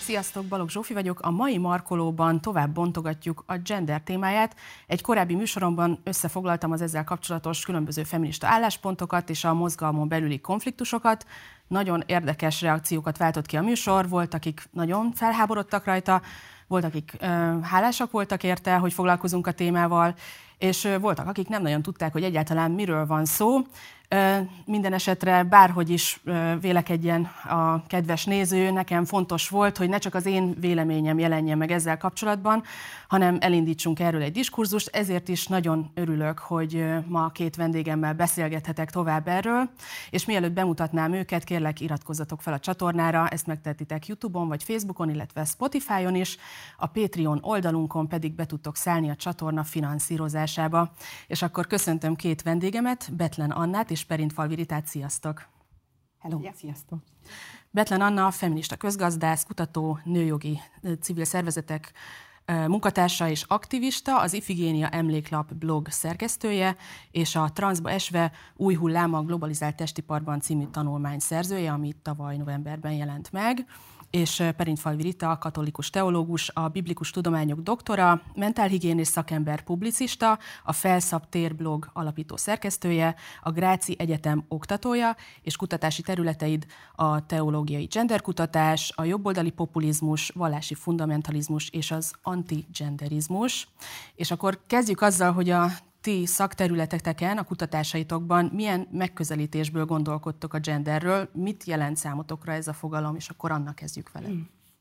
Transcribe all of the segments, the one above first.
Sziasztok, Balogh Zsófi vagyok. A mai markolóban tovább bontogatjuk a gender témáját. Egy korábbi műsoromban összefoglaltam az ezzel kapcsolatos különböző feminista álláspontokat és a mozgalmon belüli konfliktusokat. Nagyon érdekes reakciókat váltott ki a műsor, volt, akik nagyon felháborodtak rajta, volt, akik hálásak voltak érte, hogy foglalkozunk a témával, és voltak, akik nem nagyon tudták, hogy egyáltalán miről van szó. Minden esetre bárhogy is vélekedjen a kedves néző, nekem fontos volt, hogy ne csak az én véleményem jelenjen meg ezzel kapcsolatban, hanem elindítsunk erről egy diskurzust, ezért is nagyon örülök, hogy ma két vendégemmel beszélgethetek tovább erről, és mielőtt bemutatnám őket, kérlek iratkozzatok fel a csatornára, ezt megtehetitek YouTube-on vagy Facebookon, illetve Spotify-on is, a Patreon oldalunkon pedig be tudtok szállni a csatorna finanszírozásába. És akkor köszöntöm két vendégemet, Bethlen Annát és Perintfalvi Ritát, sziasztok! Hello, yeah. Sziasztok! Bethlen Anna, feminista közgazdász, kutató, nőjogi civil szervezetek munkatársa és aktivista, az Ifigénia Emléklap blog szerkesztője, és a Transzba esve új hullám a globalizált testiparban című tanulmány szerzője, ami tavaly novemberben jelent meg. És Perintfalvi Rita, katolikus teológus, a biblikus tudományok doktora, mentálhigiénés szakember, publicista, a Felszab Tér blog alapító szerkesztője, a Gráci Egyetem oktatója, és kutatási területeid a teológiai genderkutatás, a jobboldali populizmus, vallási fundamentalizmus és az antigenderizmus. És akkor kezdjük azzal, hogy a ti szakterületeteken, a kutatásaitokban milyen megközelítésből gondolkodtok a genderről, mit jelent számotokra ez a fogalom, és akkor annak kezdjük vele.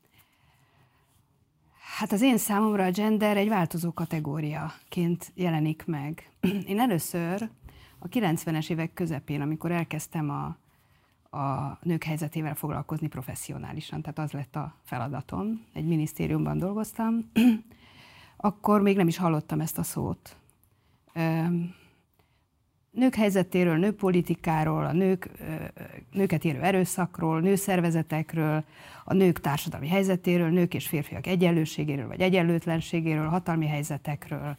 Hát az én számomra a gender egy változó kategóriaként jelenik meg. Én először a 90-es évek közepén, amikor elkezdtem a nők helyzetével foglalkozni professzionálisan, tehát az lett a feladatom, egy minisztériumban dolgoztam, akkor még nem is hallottam ezt a szót. Nők helyzetéről, nőpolitikáról, a nőket érő erőszakról, nőszervezetekről, a nők társadalmi helyzetéről, nők és férfiak egyenlőségéről vagy egyenlőtlenségéről, hatalmi helyzetekről,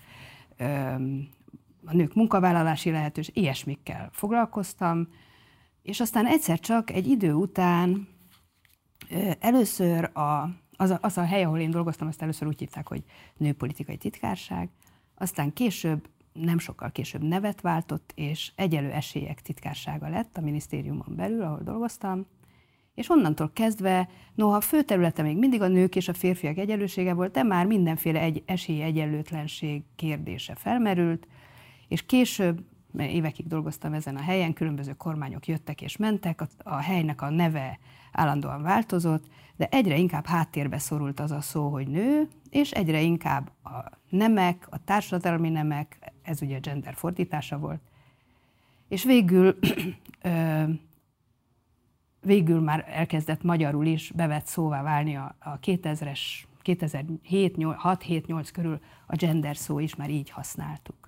a nők munkavállalási lehetőség, ilyesmikkel foglalkoztam, és aztán egyszer csak egy idő után először az a hely, ahol én dolgoztam, azt először úgy hívták, hogy Nőpolitikai Titkárság, aztán később, nem sokkal később nevet váltott, és Egyenlő Esélyek Titkársága lett a minisztériumon belül, ahol dolgoztam, és onnantól kezdve, noha a főterülete még mindig a nők és a férfiak egyenlősége volt, de már mindenféle esélyegyenlőtlenség kérdése felmerült, és később, mert évekig dolgoztam ezen a helyen, különböző kormányok jöttek és mentek, a helynek a neve állandóan változott, de egyre inkább háttérbe szorult az a szó, hogy nő, és egyre inkább a nemek, a társadalmi nemek, ez ugye gender fordítása volt, és végül már elkezdett magyarul is bevett szóvá válni a 2006-7-8 körül a gender szó is, már így használtuk.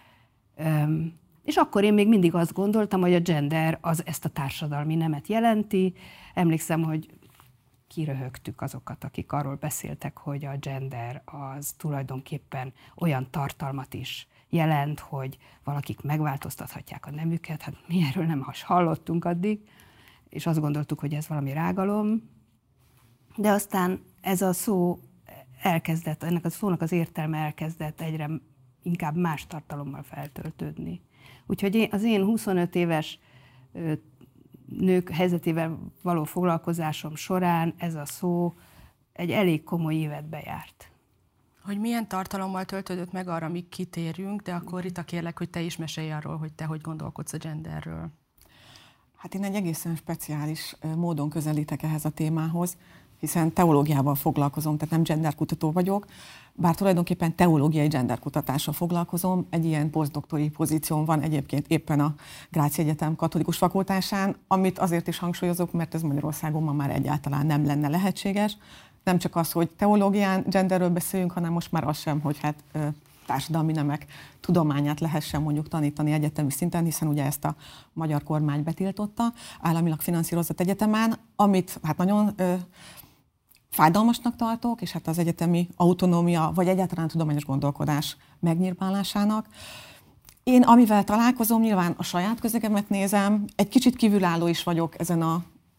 És akkor én még mindig azt gondoltam, hogy a gender az ezt a társadalmi nemet jelenti. Emlékszem, hogy kiröhögtük azokat, akik arról beszéltek, hogy a gender az tulajdonképpen olyan tartalmat is jelent, hogy valakik megváltoztathatják a nemüket. Hát mi erről nem hallottunk addig, és azt gondoltuk, hogy ez valami rágalom. De aztán ez a szó elkezdett, ennek a szónak az értelme elkezdett egyre inkább más tartalommal feltöltődni. Úgyhogy az én 25 éves nők helyzetével való foglalkozásom során ez a szó egy elég komoly évet bejárt. Hogy milyen tartalommal töltődött meg, arra még kitérjünk, de akkor Rita, kérlek, hogy te is mesélj arról, hogy te hogy gondolkodsz a genderről. Hát én egy egészen speciális módon közelítek ehhez a témához, hiszen teológiával foglalkozom, tehát nem genderkutató vagyok, bár tulajdonképpen teológiai genderkutatással foglalkozom. Egy ilyen posztdoktori pozícióm van egyébként éppen a Gráci Egyetem katolikus fakultásán, amit azért is hangsúlyozok, mert ez Magyarországon ma már egyáltalán nem lenne lehetséges. Nem csak az, hogy teológián genderről beszéljünk, hanem most már az sem, hogy hát társadalmi nemek tudományát lehessen mondjuk tanítani egyetemi szinten, hiszen ugye ezt a magyar kormány betiltotta, államilag finanszírozott egyetemen, amit hát nagyon fájdalmasnak tartok, és hát az egyetemi autonómia, vagy egyáltalán tudományos gondolkodás megnyírbálásának. Én amivel találkozom, nyilván a saját közegemet nézem, egy kicsit kívülálló is vagyok ezen a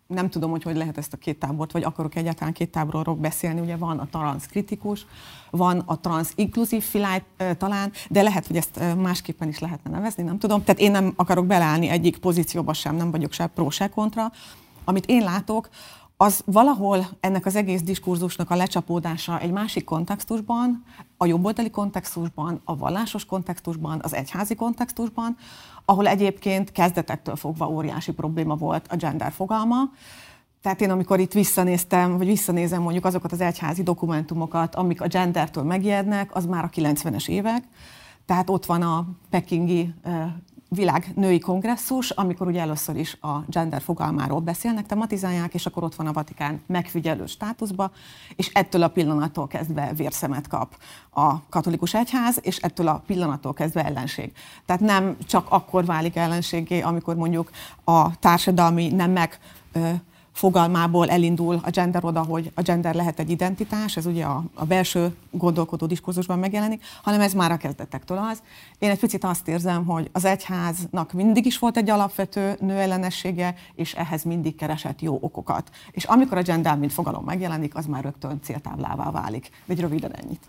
nem tudom, hogy lehet ezt a két tábort, vagy akarok egyáltalán két táborról beszélni. Ugye van a transzkritikus, van a transzinkluzív filáj talán, de lehet, hogy ezt másképpen is lehetne nevezni, nem tudom. Tehát én nem akarok beleállni egyik pozícióba sem, nem vagyok se pro, se kontra. Amit én látok, az valahol ennek az egész diskurzusnak a lecsapódása egy másik kontextusban, a jobboldali kontextusban, a vallásos kontextusban, az egyházi kontextusban, ahol egyébként kezdetektől fogva óriási probléma volt a gender fogalma. Tehát én amikor itt visszanézem mondjuk azokat az egyházi dokumentumokat, amik a gendertől megijednek, az már a 90-es évek. Tehát ott van a pekingi világ női kongresszus, amikor ugye először is a gender fogalmáról beszélnek, tematizálják, és akkor ott van a Vatikán megfigyelő státuszba, és ettől a pillanattól kezdve vérszemet kap a katolikus egyház, és ettől a pillanattól kezdve ellenség. Tehát nem csak akkor válik ellenséggé, amikor mondjuk a társadalmi nemek fogalmából elindul a gender oda, hogy a gender lehet egy identitás, ez ugye a belső gondolkodó diskurzusban megjelenik, hanem ez már a kezdetektől az. Én egy picit azt érzem, hogy az egyháznak mindig is volt egy alapvető nőellenessége, és ehhez mindig keresett jó okokat. És amikor a gender mint fogalom megjelenik, az már rögtön céltáblává válik. De egy röviden ennyit.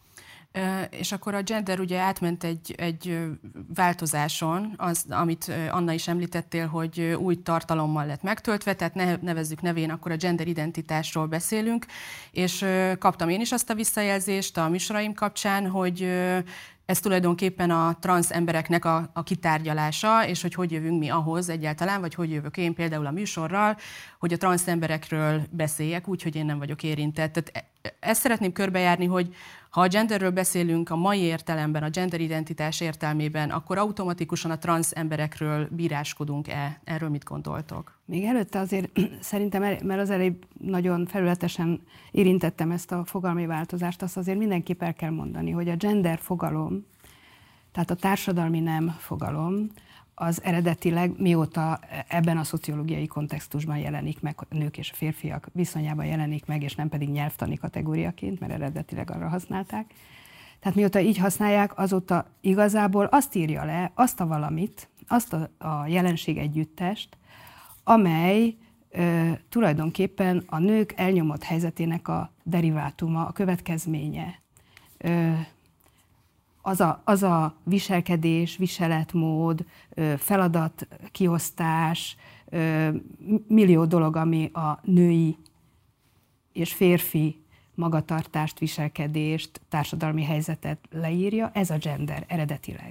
És akkor a gender ugye átment egy változáson, amit Anna is említettél, hogy új tartalommal lett megtöltve, tehát nevezzük nevén, akkor a gender identitásról beszélünk, és kaptam én is azt a visszajelzést a műsoraim kapcsán, hogy ez tulajdonképpen a transz embereknek a kitárgyalása, és hogy jövünk mi ahhoz egyáltalán, vagy hogy jövök én például a műsorral, hogy a transz emberekről beszéljek úgy, hogy én nem vagyok érintett. Tehát ezt szeretném körbejárni, hogy ha a genderről beszélünk a mai értelemben, a gender identitás értelmében, akkor automatikusan a transz emberekről bíráskodunk-e? Erről mit gondoltok? Még előtte azért szerintem, mert az előbb nagyon felületesen érintettem ezt a fogalmi változást, azt azért mindenképp el kell mondani, hogy a gender fogalom, tehát a társadalmi nem fogalom, az eredetileg mióta ebben a szociológiai kontextusban jelenik meg, a nők és a férfiak viszonyában jelenik meg, és nem pedig nyelvtani kategóriaként, mert eredetileg arra használták. Tehát mióta így használják, azóta igazából azt írja le, azt a valamit, azt a jelenség együttest, amely tulajdonképpen a nők elnyomott helyzetének a derivátuma, a következménye. Az a viselkedés, viseletmód, feladatkiosztás, millió dolog, ami a női és férfi magatartást, viselkedést, társadalmi helyzetet leírja, ez a gender eredetileg.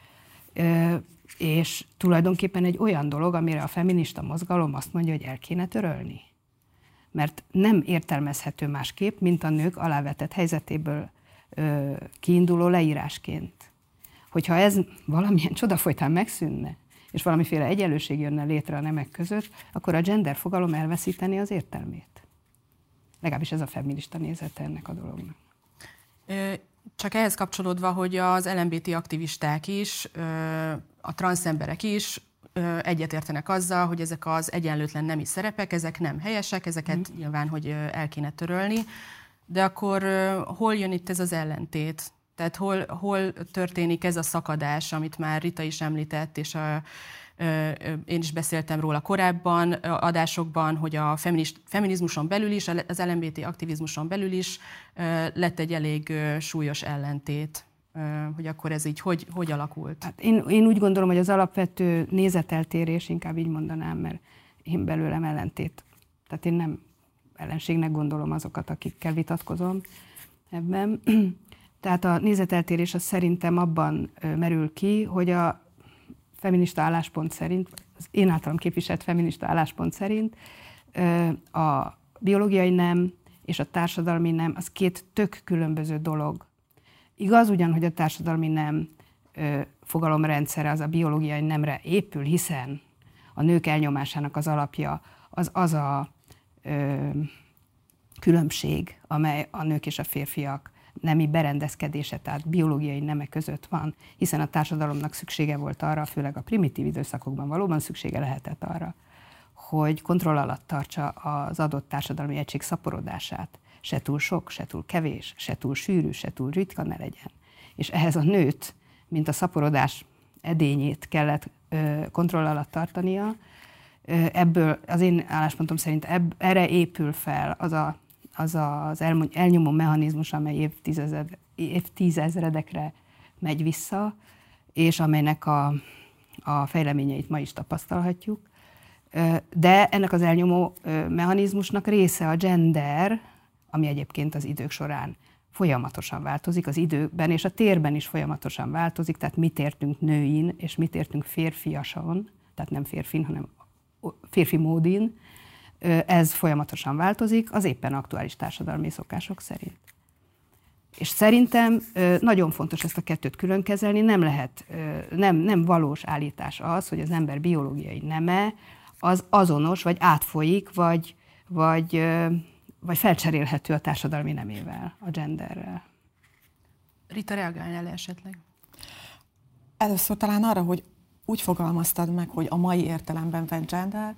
És tulajdonképpen egy olyan dolog, amire a feminista mozgalom azt mondja, hogy el kéne törölni. Mert nem értelmezhető másképp, mint a nők alávetett helyzetéből kiinduló leírásként. Hogyha ez valamilyen csoda folytán megszűnne, és valamiféle egyenlőség jönne létre a nemek között, akkor a gender fogalom elveszíteni az értelmét. Legalábbis ez a feminista nézete ennek a dolognak. Csak ehhez kapcsolódva, hogy az LMBT aktivisták is, a transzemberek is egyetértenek azzal, hogy ezek az egyenlőtlen nemi szerepek, ezek nem helyesek, ezeket nyilván, hogy el kéne törölni. De akkor hol jön itt ez az ellentét? Tehát hol történik ez a szakadás, amit már Rita is említett, és én is beszéltem róla korábban adásokban, hogy a feminizmuson belül is, az LMBT aktivizmuson belül is lett egy elég súlyos ellentét. Hogy akkor ez így hogy alakult? Hát én úgy gondolom, hogy az alapvető nézeteltérés, inkább így mondanám, mert én belőlem ellentét. Tehát én nem ellenségnek gondolom azokat, akikkel vitatkozom ebben. Tehát a nézeteltérés az szerintem abban merül ki, hogy a feminista álláspont szerint, az én általam képviselt feminista álláspont szerint a biológiai nem és a társadalmi nem az két tök különböző dolog. Igaz ugyan, hogy a társadalmi nem fogalomrendszere az a biológiai nemre épül, hiszen a nők elnyomásának az alapja az a különbség, amely a nők és a férfiak nemi berendezkedése, tehát biológiai nemek között van, hiszen a társadalomnak szüksége volt arra, főleg a primitív időszakokban valóban szüksége lehetett arra, hogy kontroll alatt tartsa az adott társadalmi egység szaporodását. Se túl sok, se túl kevés, se túl sűrű, se túl ritka ne legyen. És ehhez a nőt, mint a szaporodás edényét kellett kontroll alatt tartania, Ebből az én álláspontom szerint erre épül fel az elnyomó mechanizmus, amely évtizedekre megy vissza, és amelynek a fejleményeit ma is tapasztalhatjuk. De ennek az elnyomó mechanizmusnak része a gender, ami egyébként az idők során folyamatosan változik, az időben és a térben is folyamatosan változik, tehát mit értünk nőin, és mit értünk férfiason, tehát nem férfin, hanem férfi módin, ez folyamatosan változik, az éppen aktuális társadalmi szokások szerint. És szerintem nagyon fontos ezt a kettőt külön kezelni, nem lehet, nem valós állítás az, hogy az ember biológiai neme az azonos, vagy átfolyik, vagy felcserélhető a társadalmi nemével, a genderrel. Rita, reagálnál esetleg? Először talán arra, hogy úgy fogalmaztad meg, hogy a mai értelemben vett gender.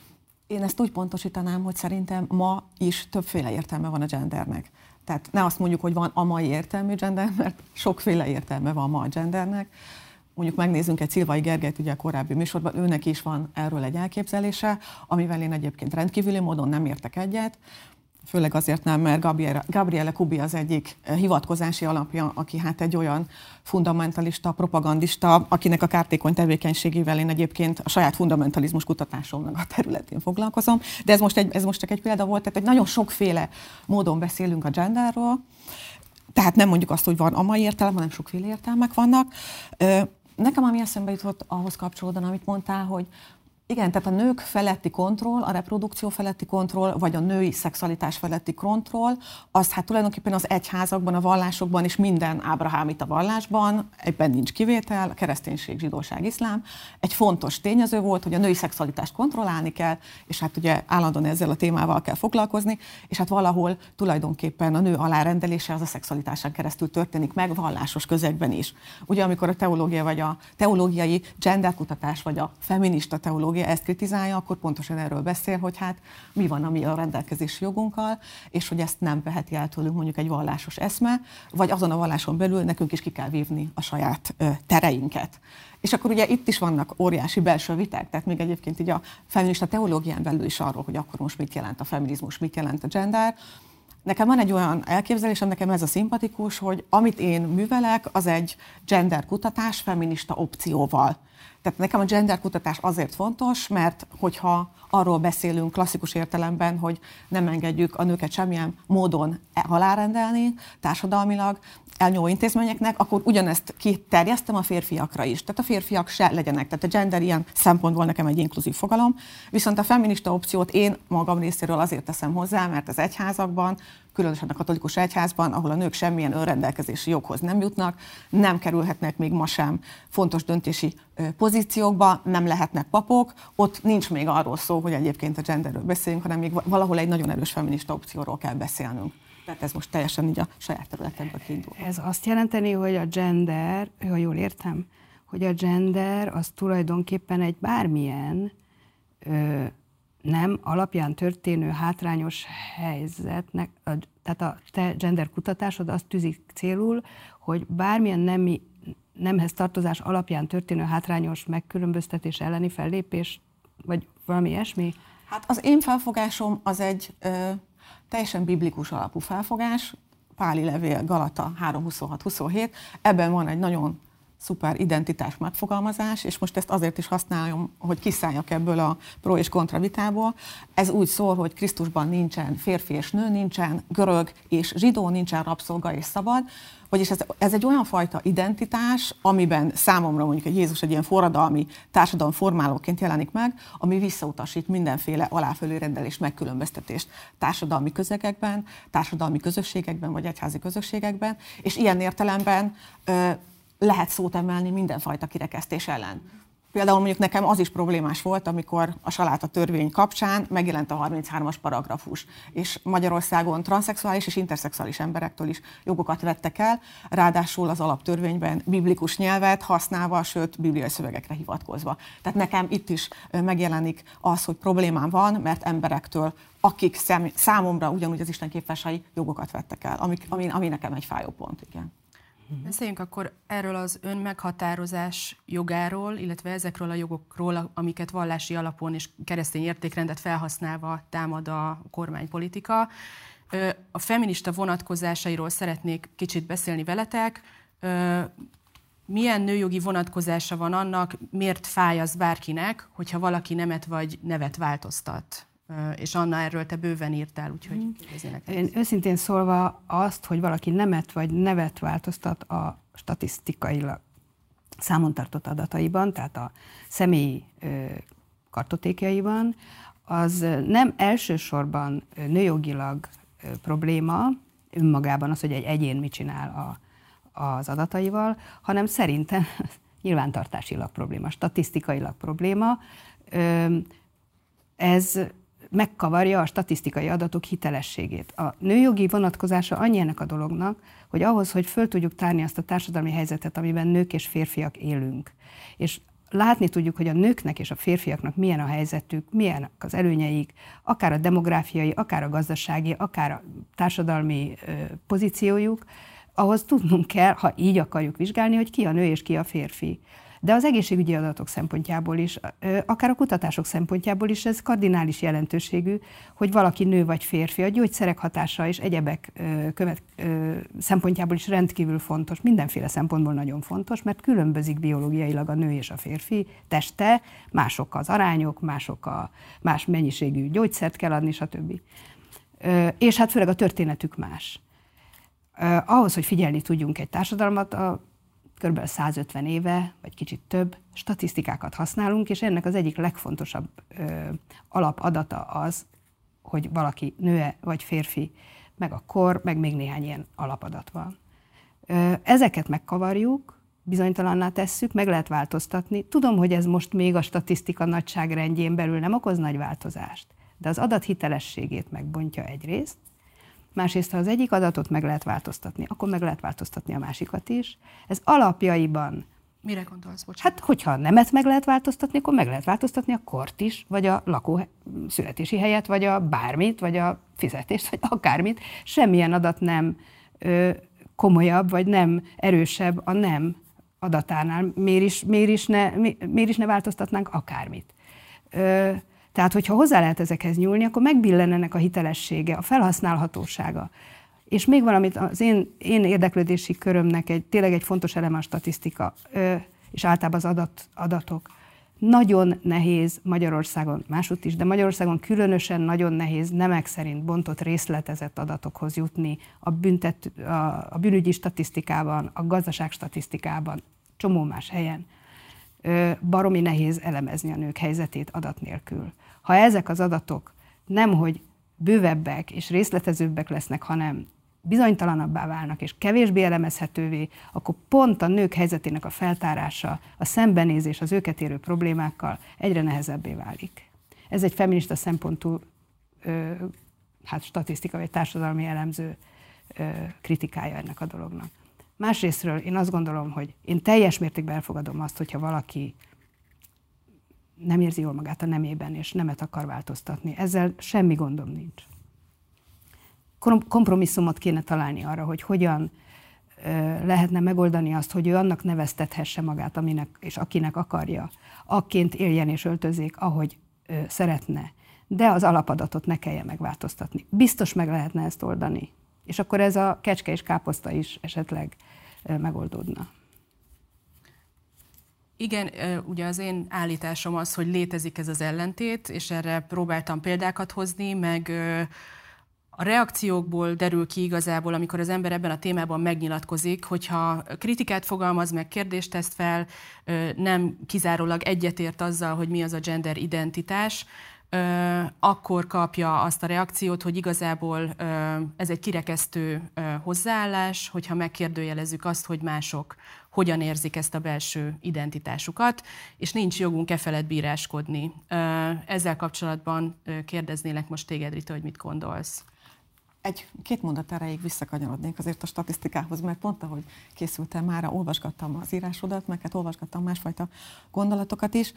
Én ezt úgy pontosítanám, hogy szerintem ma is többféle értelme van a gendernek. Tehát ne azt mondjuk, hogy van a mai értelmű gender, mert sokféle értelme van ma a gendernek. Mondjuk megnézzünk egy Szilvai Gergelyt, ugye a korábbi műsorban, őnek is van erről egy elképzelése, amivel én egyébként rendkívüli módon nem értek egyet. Főleg azért nem, mert Gabriele Kubi az egyik hivatkozási alapja, aki hát egy olyan fundamentalista, propagandista, akinek a kártékony tevékenységével én egyébként a saját fundamentalizmus kutatásomnak a területén foglalkozom. De ez most csak egy példa volt, tehát egy nagyon sokféle módon beszélünk a genderről, tehát nem mondjuk azt, hogy van a mai értelem, hanem sokféle értelmek vannak. Nekem ami eszembe jutott ahhoz kapcsolódóan, amit mondtál, hogy igen, tehát a nők feletti kontroll, a reprodukció feletti kontroll, vagy a női szexualitás feletti kontroll, az hát tulajdonképpen az egyházakban, a vallásokban és minden ábrahámita vallásban, ebben nincs kivétel, a kereszténység, zsidóság, iszlám, egy fontos tényező volt, hogy a női szexualitást kontrollálni kell, és hát ugye állandóan ezzel a témával kell foglalkozni, és hát valahol tulajdonképpen a nő alárendelése az a szexualitásán keresztül történik meg, vallásos közegben is. Ugye amikor a teológia vagy a teológiai genderkutatás vagy a feminista teológia ezt kritizálja, akkor pontosan erről beszél, hogy hát mi van a mi a rendelkezési jogunkkal, és hogy ezt nem veheti el tőlünk mondjuk egy vallásos eszme, vagy azon a valláson belül nekünk is ki kell vívni a saját tereinket. És akkor ugye itt is vannak óriási belső viták, tehát még egyébként így a feminista teológián belül is arról, hogy akkor most mit jelent a feminizmus, mit jelent a gender. Nekem van egy olyan elképzelésem, nekem ez a szimpatikus, hogy amit én művelek, az egy gender kutatás feminista opcióval. Tehát nekem a gender kutatás azért fontos, mert hogyha arról beszélünk klasszikus értelemben, hogy nem engedjük a nőket semmilyen módon alárendelni társadalmilag, elnyomó intézményeknek, akkor ugyanezt kiterjesztem a férfiakra is. Tehát a férfiak se legyenek. Tehát a gender ilyen szempontból nekem egy inkluzív fogalom. Viszont a feminista opciót én magam részéről azért teszem hozzá, mert az egyházakban, különösen a katolikus egyházban, ahol a nők semmilyen önrendelkezési joghoz nem jutnak, nem kerülhetnek még ma sem fontos döntési pozíciókba, nem lehetnek papok, ott nincs még arról szó, hogy egyébként a genderről beszéljünk, hanem még valahol egy nagyon erős feminista opcióról kell beszélnünk. Tehát ez most teljesen így a saját területemből kiindul. Ez azt jelenteni, hogy a gender, ha jól értem, hogy a gender az tulajdonképpen egy bármilyen nem alapján történő hátrányos helyzetnek, tehát a te gender kutatásod azt tűzik célul, hogy bármilyen nemhez tartozás alapján történő hátrányos megkülönböztetés elleni fellépés, vagy valami ilyesmi? Hát az én felfogásom az egy teljesen biblikus alapú felfogás, Páli levél Galata 3:26-27, ebben van egy nagyon szuper identitás megfogalmazás, és most ezt azért is használom, hogy kiszálljak ebből a pro és kontra vitából. Ez úgy szól, hogy Krisztusban nincsen férfi és nő, nincsen görög és zsidó, nincsen rabszolga és szabad, vagyis ez egy olyan fajta identitás, amiben számomra mondjuk egy Jézus egy ilyen forradalmi társadalom formálóként jelenik meg, ami visszautasít mindenféle aláfölé rendelést, megkülönböztetést társadalmi közegekben, társadalmi közösségekben vagy egyházi közösségekben, és ilyen értelemben lehet szót emelni mindenfajta kirekesztés ellen. Például mondjuk nekem az is problémás volt, amikor a saláta törvény kapcsán megjelent a 33-as paragrafus, és Magyarországon transzexuális és interszexuális emberektől is jogokat vettek el, ráadásul az alaptörvényben biblikus nyelvet használva, sőt, bibliai szövegekre hivatkozva. Tehát nekem itt is megjelenik az, hogy problémám van, mert emberektől, akik számomra ugyanúgy az Isten képviselői jogokat vettek el, ami nekem egy fájó pont, igen. Beszéljünk akkor erről az önmeghatározás jogáról, illetve ezekről a jogokról, amiket vallási alapon és keresztény értékrendet felhasználva támad a kormánypolitika. A feminista vonatkozásairól szeretnék kicsit beszélni veletek. Milyen nőjogi vonatkozása van annak, miért fáj az bárkinek, hogyha valaki nemet vagy nevet változtat? És Anna, erről te bőven írtál, úgyhogy kérdezzenek. Én őszintén szólva azt, hogy valaki nemet vagy nevet változtat a statisztikailag számon tartott adataiban, tehát a személyi kartotékjaiban, az nem elsősorban nőjogilag probléma önmagában az, hogy egy egyén mit csinál az adataival, hanem szerintem nyilvántartásilag probléma, statisztikailag probléma. Ez megkavarja a statisztikai adatok hitelességét. A nőjogi vonatkozása annyi ennek a dolognak, hogy ahhoz, hogy föl tudjuk tárni azt a társadalmi helyzetet, amiben nők és férfiak élünk, és látni tudjuk, hogy a nőknek és a férfiaknak milyen a helyzetük, milyenek az előnyeik, akár a demográfiai, akár a gazdasági, akár a társadalmi pozíciójuk, ahhoz tudnunk kell, ha így akarjuk vizsgálni, hogy ki a nő és ki a férfi. De az egészségügyi adatok szempontjából is, akár a kutatások szempontjából is ez kardinális jelentőségű, hogy valaki nő vagy férfi. A gyógyszerek hatása és egyebek szempontjából is rendkívül fontos, mindenféle szempontból nagyon fontos, mert különbözik biológiailag a nő és a férfi teste, mások az arányok, más mennyiségű gyógyszert kell adni, stb. És hát főleg a történetük más. Ahhoz, hogy figyelni tudjunk egy társadalmat, kb. 150 éve, vagy kicsit több statisztikákat használunk, és ennek az egyik legfontosabb alapadata az, hogy valaki nő vagy férfi, meg a kor, meg még néhány ilyen alapadat van. Ezeket megkavarjuk, bizonytalanná tesszük, meg lehet változtatni. Tudom, hogy ez most még a statisztika nagyságrendjén belül nem okoz nagy változást, de az adat hitelességét megbontja egyrészt, másrészt, ha az egyik adatot meg lehet változtatni, akkor meg lehet változtatni a másikat is. Ez alapjaiban... Mire gondolsz, bocsánat? Hát, hogyha a nemet meg lehet változtatni, akkor meg lehet változtatni a kort is, vagy a születési helyet, vagy a bármit, vagy a fizetést, vagy akármit. Semmilyen adat nem komolyabb, vagy nem erősebb a nem adatánál. Miért is ne változtatnánk akármit? Tehát, hogyha hozzá lehet ezekhez nyúlni, akkor megbillen ennek a hitelessége, a felhasználhatósága. És még valamit az én érdeklődési körömnek tényleg egy fontos eleme a statisztika, és általában az adatok. Nagyon nehéz Magyarországon, másútt is, de Magyarországon különösen nagyon nehéz nemek szerint bontott, részletezett adatokhoz jutni a bűnügyi statisztikában, a gazdaság statisztikában, csomó más helyen. Baromi nehéz elemezni a nők helyzetét adat nélkül. Ha ezek az adatok nemhogy bővebbek és részletezőbbek lesznek, hanem bizonytalanabbá válnak és kevésbé elemezhetővé, akkor pont a nők helyzetének a feltárása, a szembenézés az őket érő problémákkal egyre nehezebbé válik. Ez egy feminista szempontú statisztika vagy társadalmi elemző kritikája ennek a dolognak. Másrésztről én azt gondolom, hogy én teljes mértékben elfogadom azt, hogyha valaki nem érzi jól magát a nemében, és nemet akar változtatni. Ezzel semmi gondom nincs. Kompromisszumot kéne találni arra, hogy hogyan lehetne megoldani azt, hogy ő annak neveztethesse magát, aminek és akinek akarja, akként éljen és öltözzék, ahogy szeretne. De az alapadatot ne kelljen megváltoztatni. Biztos meg lehetne ezt oldani. És akkor ez a kecske és káposzta is esetleg megoldódna. Igen, ugye az én állításom az, hogy létezik ez az ellentét, és erre próbáltam példákat hozni, meg a reakciókból derül ki igazából, amikor az ember ebben a témában megnyilatkozik, hogyha kritikát fogalmaz meg, kérdést tesz fel, nem kizárólag egyetért azzal, hogy mi az a gender identitás, akkor kapja azt a reakciót, hogy igazából ez egy kirekesztő hozzáállás, hogyha megkérdőjelezzük azt, hogy mások hogyan érzik ezt a belső identitásukat, és nincs jogunk e felett bíráskodni. Ezzel kapcsolatban kérdeznélek most téged, Rita, hogy mit gondolsz? Két mondat erejéig visszakanyarodnék azért a statisztikához, mert pont ahogy készültem már, olvasgattam az írásodat, meg hát olvasgattam másfajta gondolatokat is.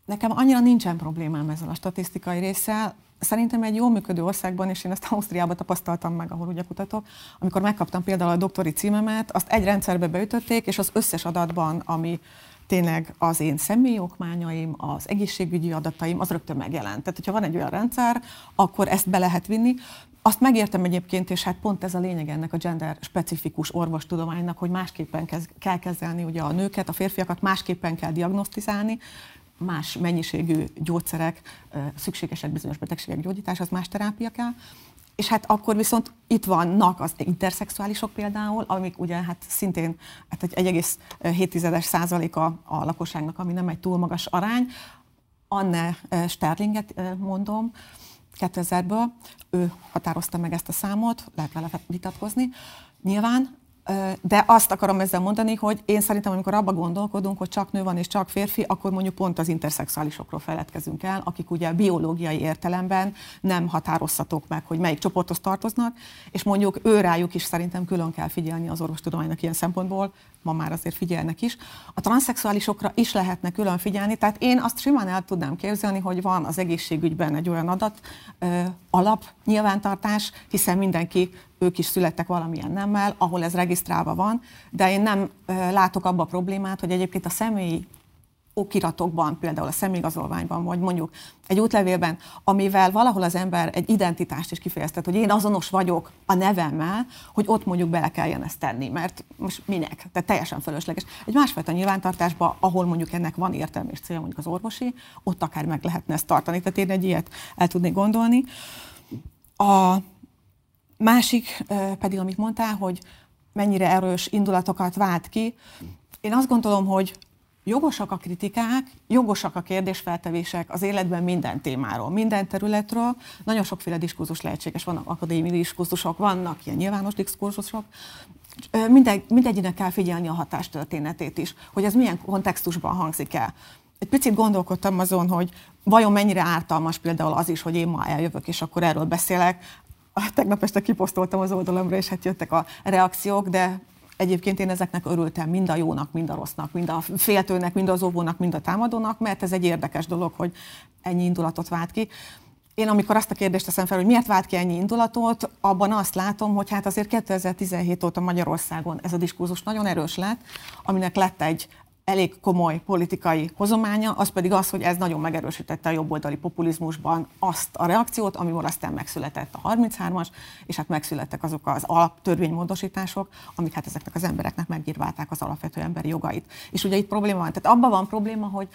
Nekem annyira nincsen problémám ezzel a statisztikai résszel. Szerintem egy jól működő országban, és én ezt Ausztriában tapasztaltam meg, ahol ugye kutatok, amikor megkaptam például a doktori címemet, azt egy rendszerbe beütötték, és az összes adatban, ami tényleg az én személyi okmányaim, az egészségügyi adataim, az rögtön megjelent. Tehát, hogyha van egy olyan rendszer, akkor ezt be lehet vinni. Azt megértem egyébként, és hát pont ez a lényeg ennek a gender-specifikus orvostudománynak, hogy másképpen kell kezelni ugye a nőket, a férfiakat másképpen kell diagnosztizálni, más mennyiségű gyógyszerek, szükségesek bizonyos betegségek gyógyításához, más terápia kell. És hát akkor viszont itt vannak az interszexuálisok például, amik ugye hát szintén hát egy 1,7% a lakosságnak, ami nem egy túl magas arány. Anne Sterlinget mondom, 2000-ből, ő határozta meg ezt a számot, lehet vele vitatkozni nyilván, de azt akarom ezzel mondani, hogy én szerintem, amikor abba gondolkodunk, hogy csak nő van és csak férfi, akkor mondjuk pont az interszexuálisokról feledkezünk el, akik ugye biológiai értelemben nem határozhatók meg, hogy melyik csoporthoz tartoznak, és mondjuk rájuk is szerintem külön kell figyelni az orvostudománynak ilyen szempontból, ma már azért figyelnek is. A transzszexuálisokra is lehetne külön figyelni, tehát én azt simán el tudnám képzelni, hogy van az egészségügyben egy olyan adat alap nyilvántartás, hiszen ők is születtek valamilyen nemmel, ahol ez regisztrálva van, de én nem látok abba a problémát, hogy egyébként a személyi okiratokban, például a személyigazolványban, vagy mondjuk egy útlevélben, amivel valahol az ember egy identitást is kifejeztet, hogy én azonos vagyok a nevemmel, hogy ott mondjuk bele kelljen ezt tenni, mert most minek? Tehát teljesen fölösleges. Egy másfajta nyilvántartásban, ahol mondjuk ennek van értelme és célja, mondjuk az orvosi, ott akár meg lehetne ezt tartani. Tehát én egy ilyet el tudnék gondolni. A másik pedig, amit mondtál, hogy mennyire erős indulatokat vált ki. Én azt gondolom, hogy jogosak a kritikák, jogosak a kérdésfeltevések az életben minden témáról, minden területről. Nagyon sokféle diskurzus lehetséges, vannak akadémiai diskurzusok, vannak ilyen nyilvános diskurzusok. Mindegyinek kell figyelni a hatástörténetét is, hogy ez milyen kontextusban hangzik el. Egy picit gondolkodtam azon, hogy vajon mennyire ártalmas például az is, hogy én ma eljövök, és akkor erről beszélek. Tegnap este kiposztoltam az oldalamra, és hát jöttek a reakciók, de egyébként én ezeknek örültem, mind a jónak, mind a rossznak, mind a féltőnek, mind az óvónak, mind a támadónak, mert ez egy érdekes dolog, hogy ennyi indulatot vált ki. Én amikor azt a kérdést teszem fel, hogy miért vált ki ennyi indulatot, abban azt látom, hogy hát azért 2017 óta Magyarországon ez a diskurzus nagyon erős lett, aminek lett egy elég komoly politikai hozománya, az pedig az, hogy ez nagyon megerősítette a jobboldali populizmusban azt a reakciót, amiből aztán megszületett a 33-as, és hát megszülettek azok az alaptörvénymódosítások, amik hát ezeknek az embereknek megírválták az alapvető emberi jogait. És ugye itt probléma van. Tehát abban van probléma, hogy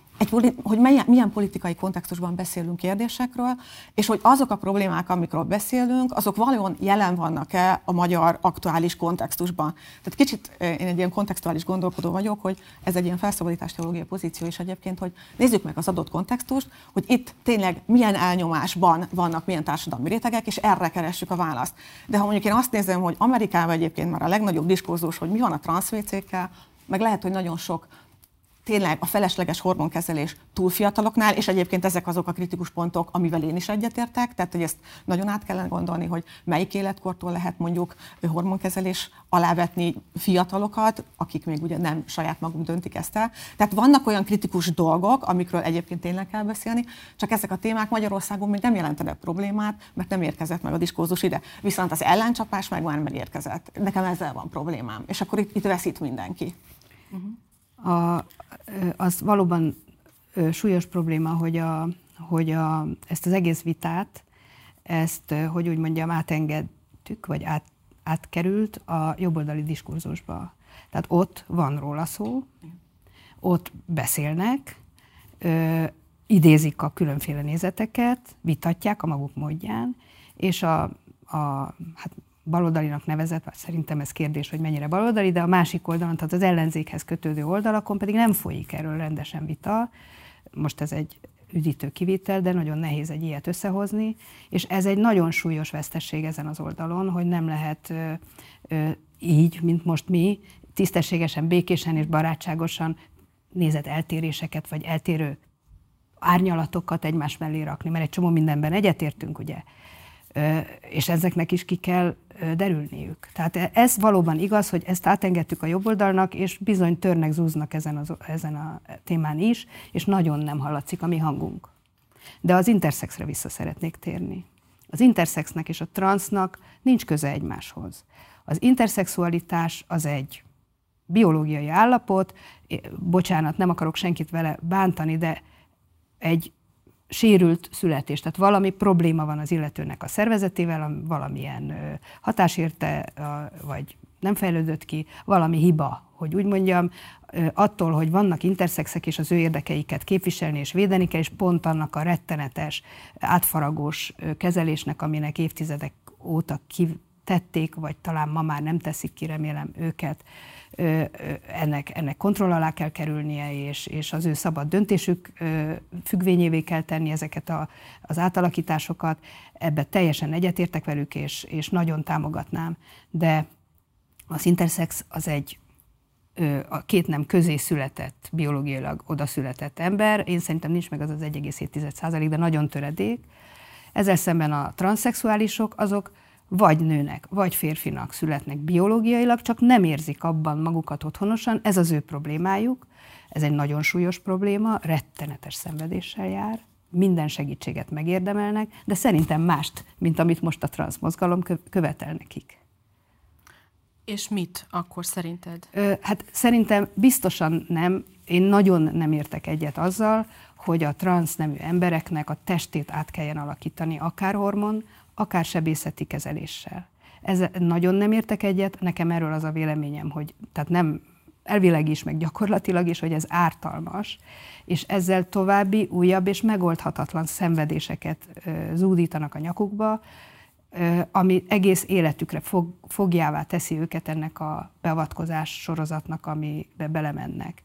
milyen politikai kontextusban beszélünk kérdésekről, és hogy azok a problémák, amikről beszélünk, azok valójában jelen vannak-e a magyar aktuális kontextusban. Tehát kicsit én egy ilyen kontextuális gondolkodó vagyok, hogy ez egy ilyen felszabadításteológiai pozíció is egyébként, hogy nézzük meg az adott kontextust, hogy itt tényleg milyen elnyomásban vannak milyen társadalmi rétegek, és erre keressük a választ. De ha mondjuk én azt nézem, hogy Amerikában egyébként már a legnagyobb diskurzus, hogy mi van a transzvécékkel, meg lehet, hogy nagyon sok tényleg a felesleges hormonkezelés túl fiataloknál, és egyébként ezek azok a kritikus pontok, amivel én is egyetértek, tehát hogy ezt nagyon át kellene gondolni, hogy melyik életkortól lehet mondjuk hormonkezelés alá vetni fiatalokat, akik még ugye nem saját maguk döntik ezt el. Tehát vannak olyan kritikus dolgok, amikről egyébként tényleg kell beszélni, csak ezek a témák Magyarországon még nem jelentenek problémát, mert nem érkezett meg a diskurzus ide. Viszont az ellencsapás meg már megérkezett. Nekem ezzel van problémám, és akkor itt veszít mindenki. Az valóban súlyos probléma, hogy ezt az egész vitát, hogy úgy mondjam, átengedtük, vagy átkerült a jobboldali diskurzusba. Tehát ott van róla szó, ott beszélnek, idézik a különféle nézeteket, vitatják a maguk módján, és hát baloldalinak nevezett, vagy szerintem ez kérdés, hogy mennyire baloldali, de a másik oldalon, tehát az ellenzékhez kötődő oldalakon pedig nem folyik erről rendesen vita. Most ez egy üdítő kivétel, de nagyon nehéz egy ilyet összehozni, és ez egy nagyon súlyos vesztesség ezen az oldalon, hogy nem lehet így, mint most mi, tisztességesen, békésen és barátságosan nézeteltéréseket, vagy eltérő árnyalatokat egymás mellé rakni, mert egy csomó mindenben egyetértünk, ugye? És ezeknek is ki kell derülniük. Tehát ez valóban igaz, hogy ezt átengedtük a jobboldalnak, és bizony törnek, zúznak ezen a témán is, és nagyon nem hallatszik a mi hangunk. De az intersexre vissza szeretnék térni. Az intersexnek és a transznak nincs köze egymáshoz. Az interszexualitás az egy biológiai állapot, bocsánat, nem akarok senkit vele bántani, de egy sérült születés, tehát valami probléma van az illetőnek a szervezetével, valamilyen hatás érte, vagy nem fejlődött ki, valami hiba, hogy úgy mondjam, attól, hogy vannak interszexek, és az ő érdekeiket képviselni és védeni kell, és pont annak a rettenetes, átfaragós kezelésnek, aminek évtizedek óta tették, vagy talán ma már nem teszik ki, remélem őket, ennek kontroll alá kell kerülnie, és az ő szabad döntésük függvényévé kell tenni ezeket az átalakításokat. Ebben teljesen egyetértek velük, és nagyon támogatnám. De az interszex az a két nem közé született, biológiailag oda született ember. Én szerintem nincs meg az 1,7%, de nagyon töredék. Ezzel szemben a transzszexuálisok azok vagy nőnek, vagy férfinak születnek biológiailag, csak nem érzik abban magukat otthonosan, ez az ő problémájuk, ez egy nagyon súlyos probléma, rettenetes szenvedéssel jár, minden segítséget megérdemelnek, de szerintem mást, mint amit most a transzmozgalom követel nekik. És mit akkor szerinted? Hát szerintem biztosan nem, én nagyon nem értek egyet azzal, hogy a transznemű embereknek a testét át kelljen alakítani, akár hormon, akár sebészeti kezeléssel. Ez nagyon nem értek egyet, nekem erről az a véleményem, hogy tehát nem elvileg is, meg gyakorlatilag is, hogy ez ártalmas, és ezzel további, újabb és megoldhatatlan szenvedéseket zúdítanak a nyakukba, ami egész életükre fogjává teszi őket ennek a beavatkozás sorozatnak, amibe belemennek.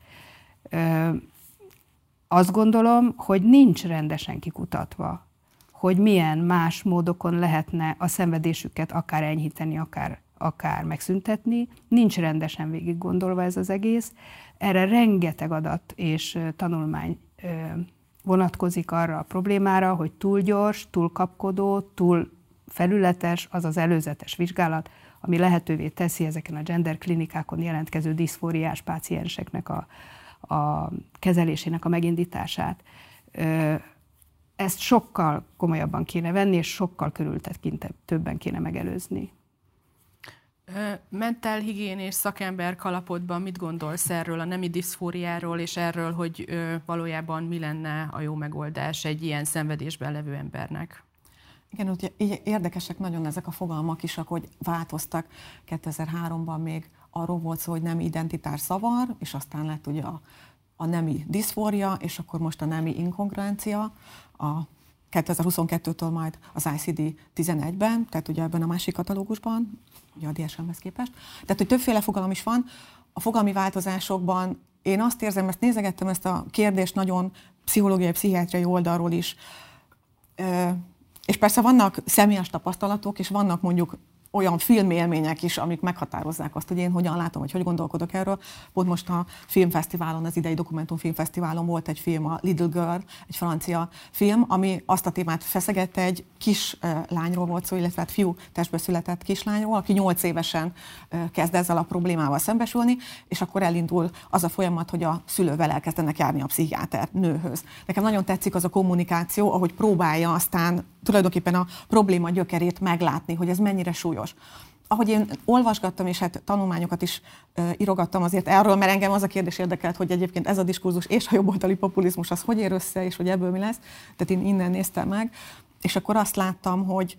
Azt gondolom, hogy nincs rendesen kikutatva, hogy milyen más módokon lehetne a szenvedésüket akár enyhíteni, akár megszüntetni. Nincs rendesen végig gondolva ez az egész. Erre rengeteg adat és tanulmány vonatkozik arra a problémára, hogy túl gyors, túl kapkodó, túl felületes az az előzetes vizsgálat, ami lehetővé teszi ezeken a gender klinikákon jelentkező diszfóriás pácienseknek a kezelésének a megindítását. Ezt sokkal komolyabban kéne venni, és sokkal körültekintőbben kéne megelőzni. Mentálhigiénés szakember kalapodban mit gondolsz erről a nemi diszfóriáról, és erről, hogy valójában mi lenne a jó megoldás egy ilyen szenvedésben levő embernek? Igen, ugye érdekesek nagyon ezek a fogalmak is, ahogy változtak. 2003-ban még arról volt szó, hogy nemi identitás zavar, és aztán lett ugye a nemi diszfória, és akkor most a nemi inkongruencia, a 2022-től majd az ICD-11-ben, tehát ugye ebben a másik katalógusban, ugye a DSM-hez képest. Tehát, hogy többféle fogalom is van. A fogalmi változásokban én azt érzem, ezt nézegettem ezt a kérdést nagyon pszichológiai, pszichiátriai oldalról is, és persze vannak személyes tapasztalatok, és vannak mondjuk olyan filmélmények is, amik meghatározzák azt, hogy én hogyan látom, vagy hogy gondolkodok erről. Pont most a filmfesztiválon, az idei dokumentumfilmfesztiválon volt egy film, a Little Girl, egy francia film, ami azt a témát feszegette, egy kis lányról volt szó, illetve hát fiú testből született kislányról, aki 8 évesen kezd ezzel a problémával szembesülni, és akkor elindul az a folyamat, hogy a szülővel elkezdenek járni a pszichiáter nőhöz. Nekem nagyon tetszik az a kommunikáció, ahogy próbálja aztán tulajdonképpen a probléma gyökerét meglátni, hogy ez mennyire súlyos. Ahogy én olvasgattam, és hát tanulmányokat is írogattam azért erről, mert engem az a kérdés érdekelt, hogy egyébként ez a diskurzus és a jobboldali populizmus az hogy ér össze, és hogy ebből mi lesz. Tehát én innen néztem meg, és akkor azt láttam, hogy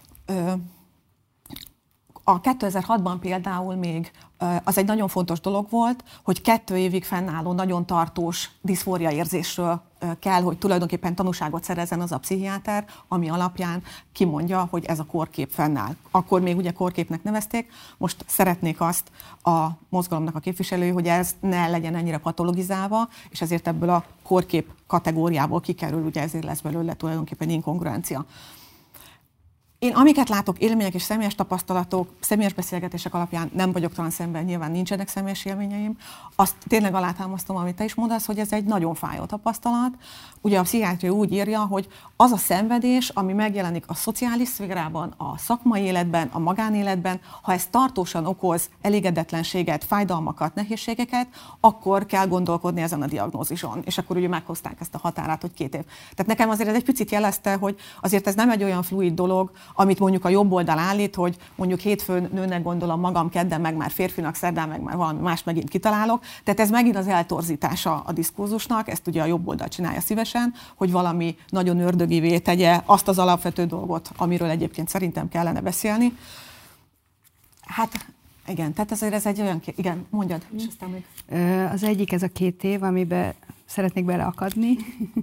a 2006-ban például még az egy nagyon fontos dolog volt, hogy 2 évig fennálló, nagyon tartós diszfória érzésről kell, hogy tulajdonképpen tanúságot szerezzen az a pszichiáter, ami alapján kimondja, hogy ez a kórkép fennáll. Akkor még ugye kórképnek nevezték, most szeretnék azt a mozgalomnak a képviselői, hogy ez ne legyen ennyire patologizálva, és ezért ebből a kórkép kategóriából kikerül, ugye ezért lesz belőle tulajdonképpen inkongruencia. Én amiket látok, élmények és személyes tapasztalatok, személyes beszélgetések alapján nem vagyok transzember, nyilván nincsenek személyes élményeim. Azt tényleg alátámasztom, amit te is mondasz, hogy ez egy nagyon fájó tapasztalat. Ugye a pszichiátria úgy írja, hogy az a szenvedés, ami megjelenik a szociális szférában, a szakmai életben, a magánéletben, ha ez tartósan okoz elégedetlenséget, fájdalmakat, nehézségeket, akkor kell gondolkodni ezen a diagnózison. És akkor ugye meghozták ezt a határát, hogy 2 év. Tehát nekem azért ez egy picit jelezte, hogy azért ez nem egy olyan fluid dolog, amit mondjuk a jobb oldal állít, hogy mondjuk hétfőn nőnek gondolom magam, kedden meg már férfinak, szerdán meg már valami más megint kitalálok. Tehát ez megint az eltorzítása a diskurzusnak, ezt ugye a jobb oldal csinálja szívesen, hogy valami nagyon ördögivé tegye azt az alapvető dolgot, amiről egyébként szerintem kellene beszélni. Hát igen, tehát azért ez egy olyan... Igen, mondjad. És aztán még... Az egyik ez a 2 év, amiben szeretnék beleakadni.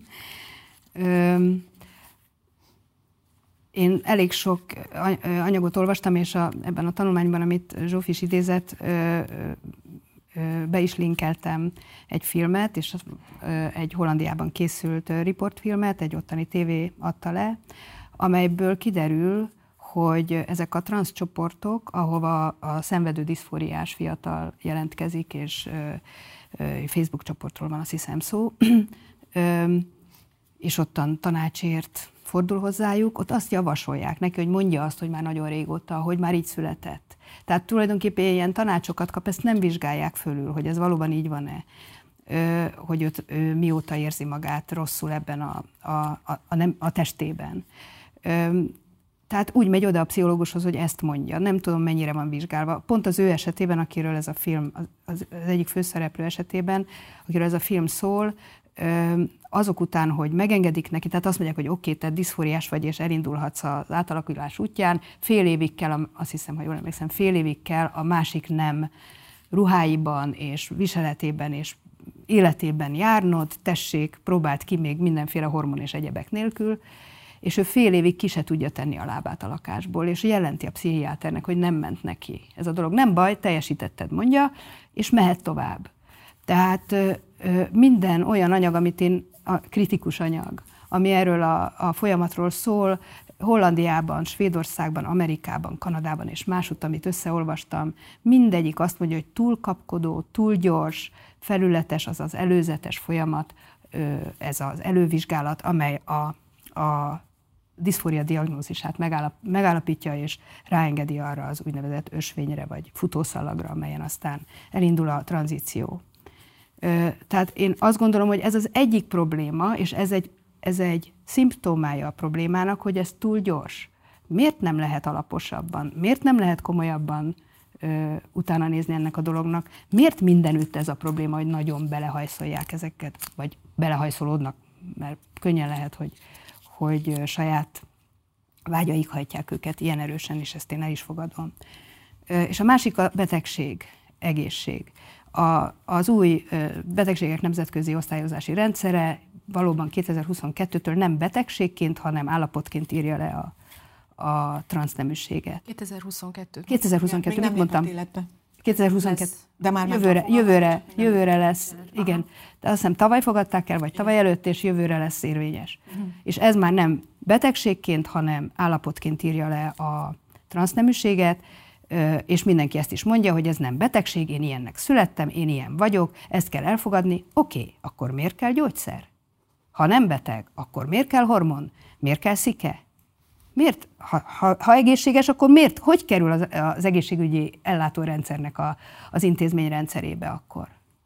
Én elég sok anyagot olvastam, és ebben a tanulmányban, amit Zsófi is idézett, be is linkeltem egy filmet, és egy Hollandiában készült riportfilmet, egy ottani tévé adta le, amelyből kiderül, hogy ezek a transzcsoportok, ahova a szenvedő diszfóriás fiatal jelentkezik, és Facebook csoportról van azt hiszem szó, és ottan tanácsért fordul hozzájuk, ott azt javasolják neki, hogy mondja azt, hogy már nagyon régóta, hogy már így született. Tehát tulajdonképpen ilyen tanácsokat kap, ezt nem vizsgálják fölül, hogy ez valóban így van-e, hogy ő mióta érzi magát rosszul ebben a testében. Tehát úgy megy oda a pszichológushoz, hogy ezt mondja. Nem tudom, mennyire van vizsgálva. Pont az ő esetében, akiről ez a film, az egyik főszereplő esetében, akiről ez a film szól, azok után, hogy megengedik neki, tehát azt mondják, hogy oké, te diszfóriás vagy, és elindulhatsz az átalakulás útján, fél évig kell, azt hiszem, ha jól emlékszem, fél évig kell a másik nem ruháiban, és viseletében, és életében járnod, tessék, próbáld ki még mindenféle hormon és egyebek nélkül, és ő fél évig ki se tudja tenni a lábát a lakásból, és jelenti a pszichiáternek, hogy nem ment neki. Ez a dolog nem baj, teljesítetted, mondja, és mehet tovább. Tehát minden olyan anyag, amit a kritikus anyag, ami erről a folyamatról szól, Hollandiában, Svédországban, Amerikában, Kanadában és másutt, amit összeolvastam, mindegyik azt mondja, hogy túl kapkodó, túl gyors, felületes, az az előzetes folyamat, ez az elővizsgálat, amely a diszfória diagnózisát megállapítja, és ráengedi arra az úgynevezett ösvényre, vagy futószalagra, amelyen aztán elindul a tranzíció. Tehát én azt gondolom, hogy ez az egyik probléma, és ez egy szimptomája a problémának, hogy ez túl gyors. Miért nem lehet alaposabban? Miért nem lehet komolyabban utána nézni ennek a dolognak? Miért mindenütt ez a probléma, hogy nagyon belehajszolják ezeket, vagy belehajszolódnak, mert könnyen lehet, hogy saját vágyaik hajtják őket ilyen erősen, és ezt én el is fogadom. És a másik a betegség, egészség. Az új betegségek nemzetközi osztályozási rendszere valóban 2022-től nem betegségként, hanem állapotként írja le a transzneműséget. 2022, mit mondtam? 2022. De már jövőre lesz, igen. De azt hiszem tavaly fogadták el, vagy tavaly előtt, és jövőre lesz érvényes. És ez már nem betegségként, hanem állapotként írja le a transzneműséget, és mindenki ezt is mondja, hogy ez nem betegség, én ilyennek születtem, én ilyen vagyok, ezt kell elfogadni. Oké, akkor miért kell gyógyszer? Ha nem beteg, akkor miért kell hormon? Miért kell szike? Miért? Ha egészséges, akkor miért? Hogy kerül az egészségügyi ellátórendszernek az intézményrendszerébe akkor?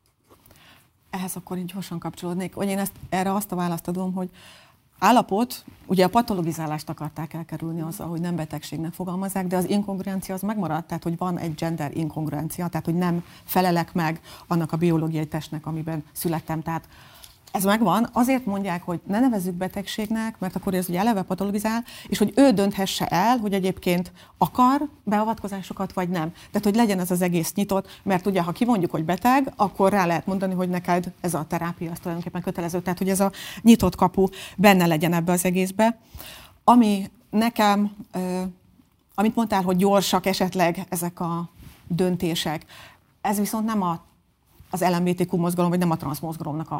Ehhez akkor így gyorsan kapcsolódnék, hogy én erre azt a választ adom, hogy állapot, ugye a patologizálást akarták elkerülni azzal, hogy nem betegségnek fogalmazzák, de az inkongruencia az megmaradt, tehát hogy van egy gender inkongruencia, tehát hogy nem felelek meg annak a biológiai testnek, amiben születtem. Tehát ez megvan, azért mondják, hogy ne nevezzük betegségnek, mert akkor ez ugye eleve patologizál, és hogy ő dönthesse el, hogy egyébként akar beavatkozásokat, vagy nem. Tehát, hogy legyen ez az egész nyitott, mert ugye, ha kimondjuk, hogy beteg, akkor rá lehet mondani, hogy neked ez a terápia, az tulajdonképpen kötelező. Tehát, hogy ez a nyitott kapu benne legyen ebbe az egészbe. Ami nekem, amit mondtál, hogy gyorsak esetleg ezek a döntések, ez viszont nem az LMBTQ mozgalom, vagy nem a transzmozgalomnak a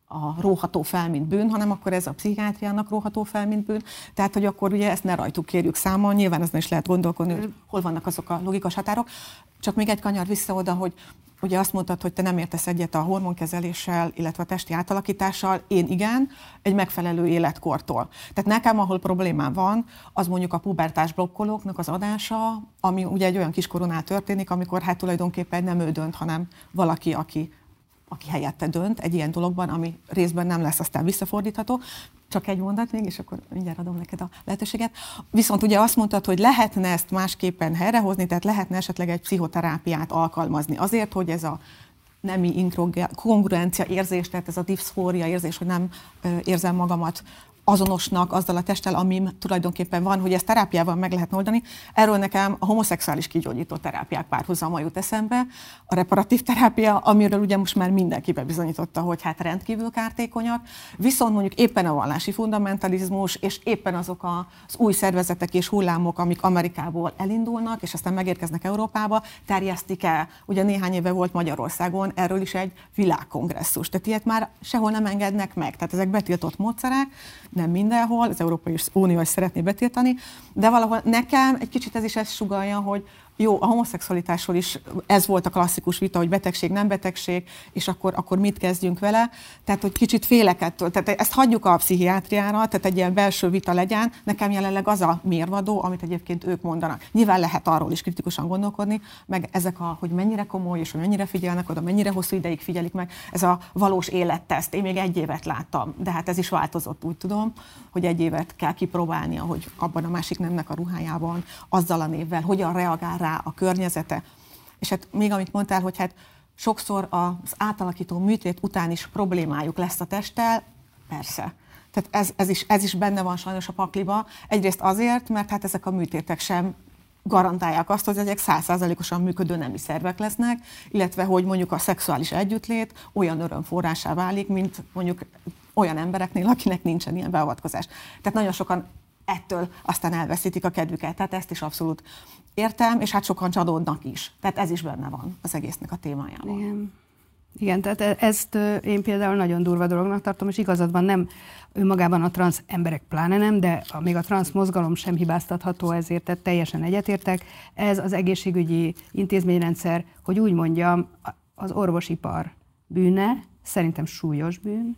a róható fel, mint bűn, hanem akkor ez a pszichiátriának róható fel, mint bűn. Tehát, hogy akkor ugye ezt ne rajtuk kérjük számon, nyilván ezen is lehet gondolkodni, hogy hol vannak azok a logikus határok. Csak még egy kanyar vissza oda, hogy ugye azt mondtad, hogy te nem értesz egyet a hormonkezeléssel, illetve a testi átalakítással, én igen, egy megfelelő életkortól. Tehát nekem, ahol problémám van, az mondjuk a pubertás blokkolóknak az adása, ami ugye egy olyan kiskoronál történik, amikor hát tulajdonképpen nem ő dönt, hanem valaki, aki helyette dönt egy ilyen dologban, ami részben nem lesz aztán visszafordítható. Csak egy mondat még, és akkor mindjárt adom neked a lehetőséget. Viszont ugye azt mondtad, hogy lehetne ezt másképpen helyrehozni, tehát lehetne esetleg egy pszichoterápiát alkalmazni azért, hogy ez a nemi inkongruencia érzés, tehát ez a diszfória érzés, hogy nem érzem magamat azonosnak azzal a testtel, amim tulajdonképpen van, hogy ezt terápiával meg lehet oldani. Erről nekem a homoszexuális kigyógyító terápiák párhuzama jut eszembe, a reparatív terápia, amiről ugye most már mindenki bebizonyította, hogy hát rendkívül kártékonyak, viszont mondjuk éppen a vallási fundamentalizmus, és éppen azok az új szervezetek és hullámok, amik Amerikából elindulnak, és aztán megérkeznek Európába, terjesztik el. Ugye néhány éve volt Magyarországon erről is egy világkongresszus. Tehát ilyet már sehol nem engednek meg. Tehát ezek betiltott módszerek, nem mindenhol, az Európai Unió is szeretné betiltani, de valahol nekem egy kicsit ez is ezt sugallja, hogy jó, a homoszexualitásról is ez volt a klasszikus vita, hogy betegség, nem betegség, és akkor mit kezdjünk vele. Tehát, hogy kicsit félek ettől. Tehát ezt hagyjuk a pszichiátriára, tehát egy ilyen belső vita legyen. Nekem jelenleg az a mérvadó, amit egyébként ők mondanak. Nyilván lehet arról is kritikusan gondolkodni, meg ezek hogy mennyire komoly, és hogy mennyire figyelnek oda, mennyire hosszú ideig figyelik meg. Ez a valós életteszt. Én még 1 évet láttam, de hát ez is változott, úgy tudom, hogy 1 évet kell kipróbálnia, hogy abban a másik nemnek a ruhájában, azzal a névvel, hogyan reagál rá a környezete. És hát még amit mondtál, hogy hát sokszor az átalakító műtét után is problémájuk lesz a testtel, persze. Tehát ez is benne van sajnos a pakliba. Egyrészt azért, mert hát ezek a műtétek sem garantálják azt, hogy ezek 100%-osan működő nemi szervek lesznek, illetve hogy mondjuk a szexuális együttlét olyan örömforrásá válik, mint mondjuk olyan embereknél, akinek nincsen ilyen beavatkozás. Tehát nagyon sokan ettől aztán elveszítik a kedvüket. Tehát ezt is abszolút értem, és hát sokan csalódnak is. Tehát ez is benne van az egésznek a témájában. Igen, tehát ezt én például nagyon durva dolognak tartom, és igazad van, nem önmagában a transz emberek pláne nem, de még a transz mozgalom sem hibáztatható ezért, tehát teljesen egyetértek. Ez az egészségügyi intézményrendszer, hogy úgy mondjam, az orvosipar bűne, szerintem súlyos bűn,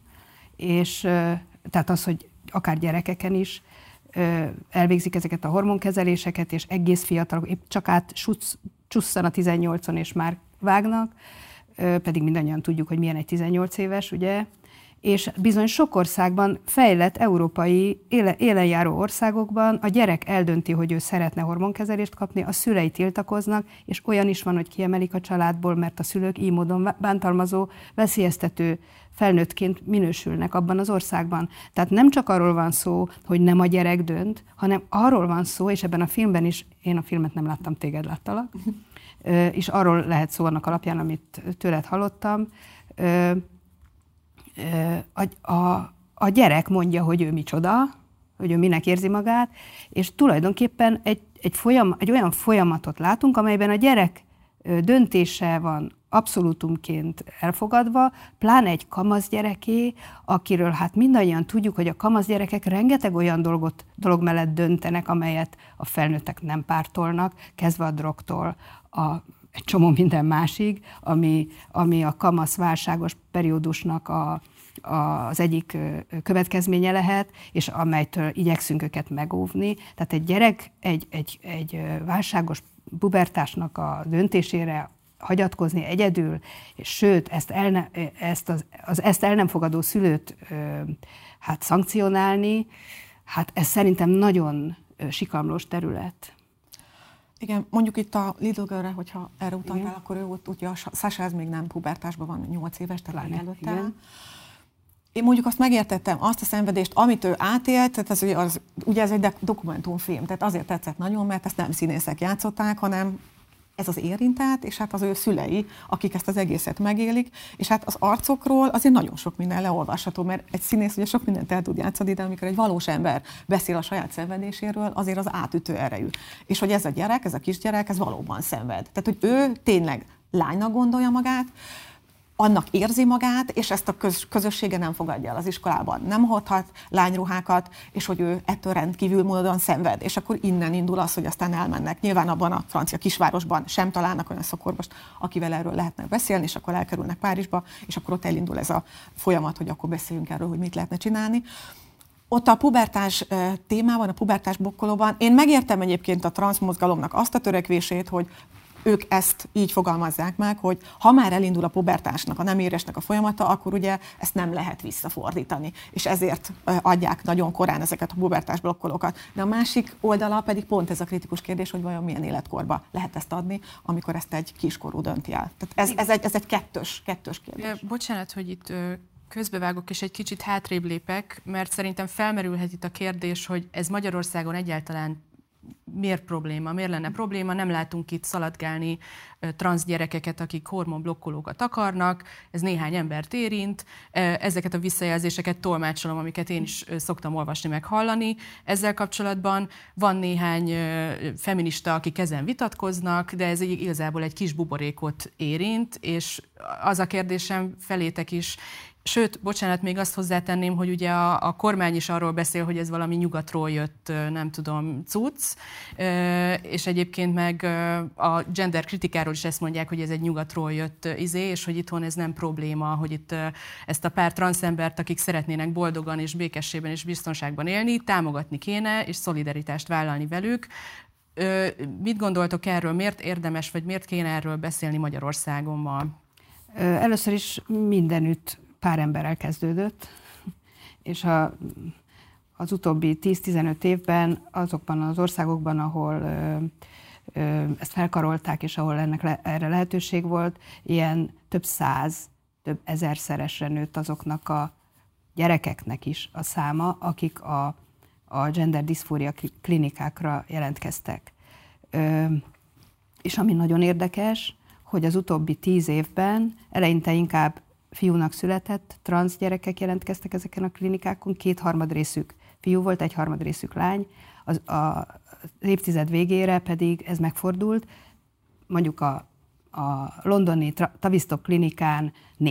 és tehát az, hogy akár gyerekeken is elvégzik ezeket a hormonkezeléseket, és egész fiatalok, épp csak csusszan a 18-on, és már vágnak, pedig mindannyian tudjuk, hogy milyen egy 18 éves, ugye? És bizony sok országban, fejlett európai, élenjáró országokban a gyerek eldönti, hogy ő szeretne hormonkezelést kapni, a szülei tiltakoznak, és olyan is van, hogy kiemelik a családból, mert a szülők így módon bántalmazó, veszélyeztető felnőttként minősülnek abban az országban. Tehát nem csak arról van szó, hogy nem a gyerek dönt, hanem arról van szó, és ebben a filmben is, én a filmet nem láttam, téged láttalak, és arról lehet szó annak alapján, amit tőled hallottam, a gyerek mondja, hogy ő micsoda, hogy ő minek érzi magát, és tulajdonképpen egy olyan folyamatot látunk, amelyben a gyerek döntése van abszolútumként elfogadva, pláne egy kamasz gyereké, akiről hát mindannyian tudjuk, hogy a kamasz gyerekek rengeteg olyan dolog mellett döntenek, amelyet a felnőttek nem pártolnak, kezdve a drogtól, egy csomó minden másig, ami a kamasz válságos periódusnak az egyik következménye lehet, és amelytől igyekszünk őket megóvni. Tehát egy gyerek egy válságos pubertásnak a döntésére hagyatkozni egyedül, és sőt, ezt el nem fogadó szülőt hát szankcionálni, hát ez szerintem nagyon sikamlós terület. Igen, mondjuk itt a Little Girl-re, hogyha erre utaltál, akkor ő ott, ugye a Sasha ez még nem pubertásban van, 8 éves, tehát előtte. Én mondjuk azt megértettem, azt a szenvedést, amit ő átélt, tehát ugye ez egy dokumentumfilm, tehát azért tetszett nagyon, mert ezt nem színészek játszották, hanem ez az érintett, és hát az ő szülei, akik ezt az egészet megélik, és hát az arcokról azért nagyon sok minden leolvasható, mert egy színész ugye sok mindent el tud játszani, de amikor egy valós ember beszél a saját szenvedéséről, azért az átütő erejű. És hogy ez a gyerek, ez a kisgyerek, ez valóban szenved. Tehát, hogy ő tényleg lánynak gondolja magát, annak érzi magát, és ezt a közössége nem fogadja el az iskolában. Nem hordhat lányruhákat, és hogy ő ettől rendkívül módon szenved. És akkor innen indul az, hogy aztán elmennek. Nyilván abban a francia kisvárosban sem találnak olyan szakorvost, akivel erről lehetne beszélni, és akkor elkerülnek Párizsba, és akkor ott elindul ez a folyamat, hogy akkor beszéljünk erről, hogy mit lehetne csinálni. Ott a pubertás témában, a pubertás blokkolóban én megértem egyébként a transzmozgalomnak azt a törekvését, hogy ők ezt így fogalmazzák meg, hogy ha már elindul a pubertásnak, a nem éresnek a folyamata, akkor ugye ezt nem lehet visszafordítani. És ezért adják nagyon korán ezeket a pubertás blokkolókat. De a másik oldala pedig pont ez a kritikus kérdés, hogy vajon milyen életkorba lehet ezt adni, amikor ezt egy kiskorú dönti el. Tehát ez egy kettős kérdés. Bocsánat, hogy itt közbevágok és egy kicsit hátrébb lépek, mert szerintem felmerülhet itt a kérdés, hogy ez Magyarországon egyáltalán miért probléma, miért lenne probléma, nem látunk itt szaladgálni transz gyerekeket, akik hormonblokkolókat akarnak, ez néhány embert érint, ezeket a visszajelzéseket tolmácsolom, amiket én is szoktam olvasni, meg hallani. Ezzel kapcsolatban van néhány feminista, akik ezen vitatkoznak, de ez igazából egy kis buborékot érint, és az a kérdésem felétek is. Sőt, bocsánat, még azt hozzátenném, hogy ugye a kormány is arról beszél, hogy ez valami nyugatról jött, nem tudom, cucc, és egyébként meg a gender kritikáról is ezt mondják, hogy ez egy nyugatról jött és hogy itthon ez nem probléma, hogy itt ezt a pár transzembert, akik szeretnének boldogan és békességben és biztonságban élni, támogatni kéne, és szolidaritást vállalni velük. Mit gondoltok erről? Miért érdemes, vagy miért kéne erről beszélni Magyarországon ma? Először is mindenütt pár emberrel kezdődött, és az utóbbi 10-15 évben azokban az országokban, ahol ezt felkarolták, és ahol erre lehetőség volt, ilyen több ezerszeresre nőtt azoknak a gyerekeknek is a száma, akik a gender diszfória klinikákra jelentkeztek. És ami nagyon érdekes, hogy az utóbbi 10 évben eleinte inkább fiúnak született transz gyerekek jelentkeztek ezeken a klinikákon, 2/3 részük fiú volt, 1/3 részük lány. Az évtized végére pedig ez megfordult. Mondjuk a londoni Tavistock klinikán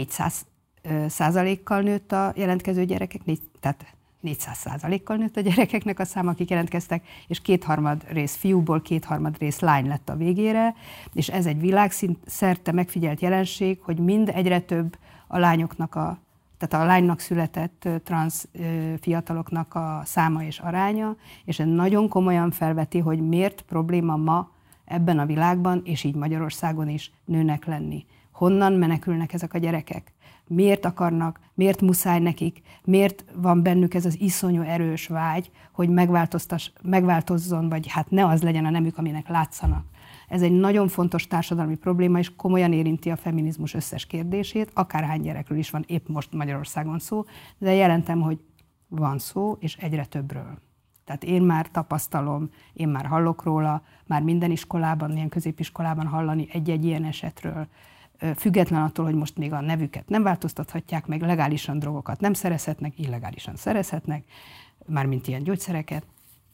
400%-kal nőtt a jelentkező gyerekek, tehát 400%-kal nőtt a gyerekeknek a száma, akik jelentkeztek, és 2/3 rész fiúból 2/3 rész lány lett a végére, és ez egy világszerte megfigyelt jelenség, hogy mind egyre több a lányoknak tehát a lánynak született transz fiataloknak a száma és aránya, és ez nagyon komolyan felveti, hogy miért probléma ma ebben a világban, és így Magyarországon is nőnek lenni. Honnan menekülnek ezek a gyerekek? Miért akarnak, miért muszáj nekik, miért van bennük ez az iszonyú erős vágy, hogy megváltozzon, vagy hát ne az legyen a nemük, aminek látszanak. Ez egy nagyon fontos társadalmi probléma, és komolyan érinti a feminizmus összes kérdését, akárhány gyerekről is van épp most Magyarországon szó, de jelentem, hogy van szó, és egyre többről. Tehát én már tapasztalom, én már hallok róla, már minden iskolában, ilyen középiskolában hallani egy-egy ilyen esetről, független attól, hogy most még a nevüket nem változtathatják meg, legálisan drogokat nem szerezhetnek, illegálisan szerezhetnek, mármint ilyen gyógyszereket.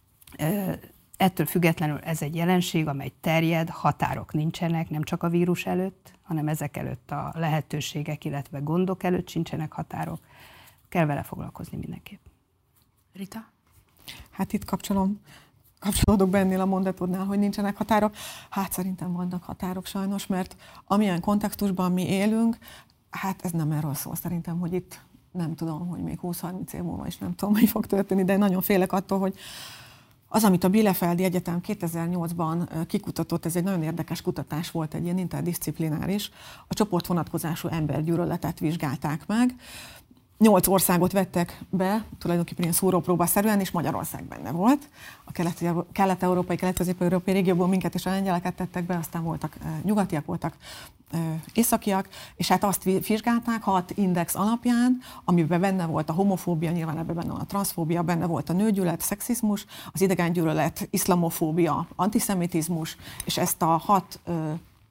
Ettől függetlenül ez egy jelenség, amely terjed, határok nincsenek, nem csak a vírus előtt, hanem ezek előtt a lehetőségek, illetve gondok előtt sincsenek határok. Kell vele foglalkozni mindenképp. Rita? Hát itt kapcsolódok be ennél a mondatodnál, hogy nincsenek határok. Hát szerintem vannak határok sajnos, mert amilyen kontextusban mi élünk, hát ez nem erről szól szerintem, hogy itt nem tudom, hogy még 20-30 év múlva is nem tudom, mi fog történni, de nagyon félek attól, hogy az, amit a Bielefeldi Egyetem 2008-ban kikutatott, ez egy nagyon érdekes kutatás volt, egy ilyen interdisziplináris, a csoportvonatkozású embergyűlöletet vizsgálták meg. 8 országot vettek be, tulajdonképpen ilyen szúrópróbaszerűen, és Magyarország benne volt. A kelet-európai, kelet-közép-európai régióból minket és a lengyeleket tettek be, aztán voltak nyugatiak, voltak északiak, és hát azt vizsgálták 6 index alapján, amiben benne volt a homofóbia, nyilván ebben benne van a transzfóbia, benne volt a nőgyűlölet, szexizmus, az idegengyűlölet, iszlamofóbia, antiszemitizmus, és ezt a 6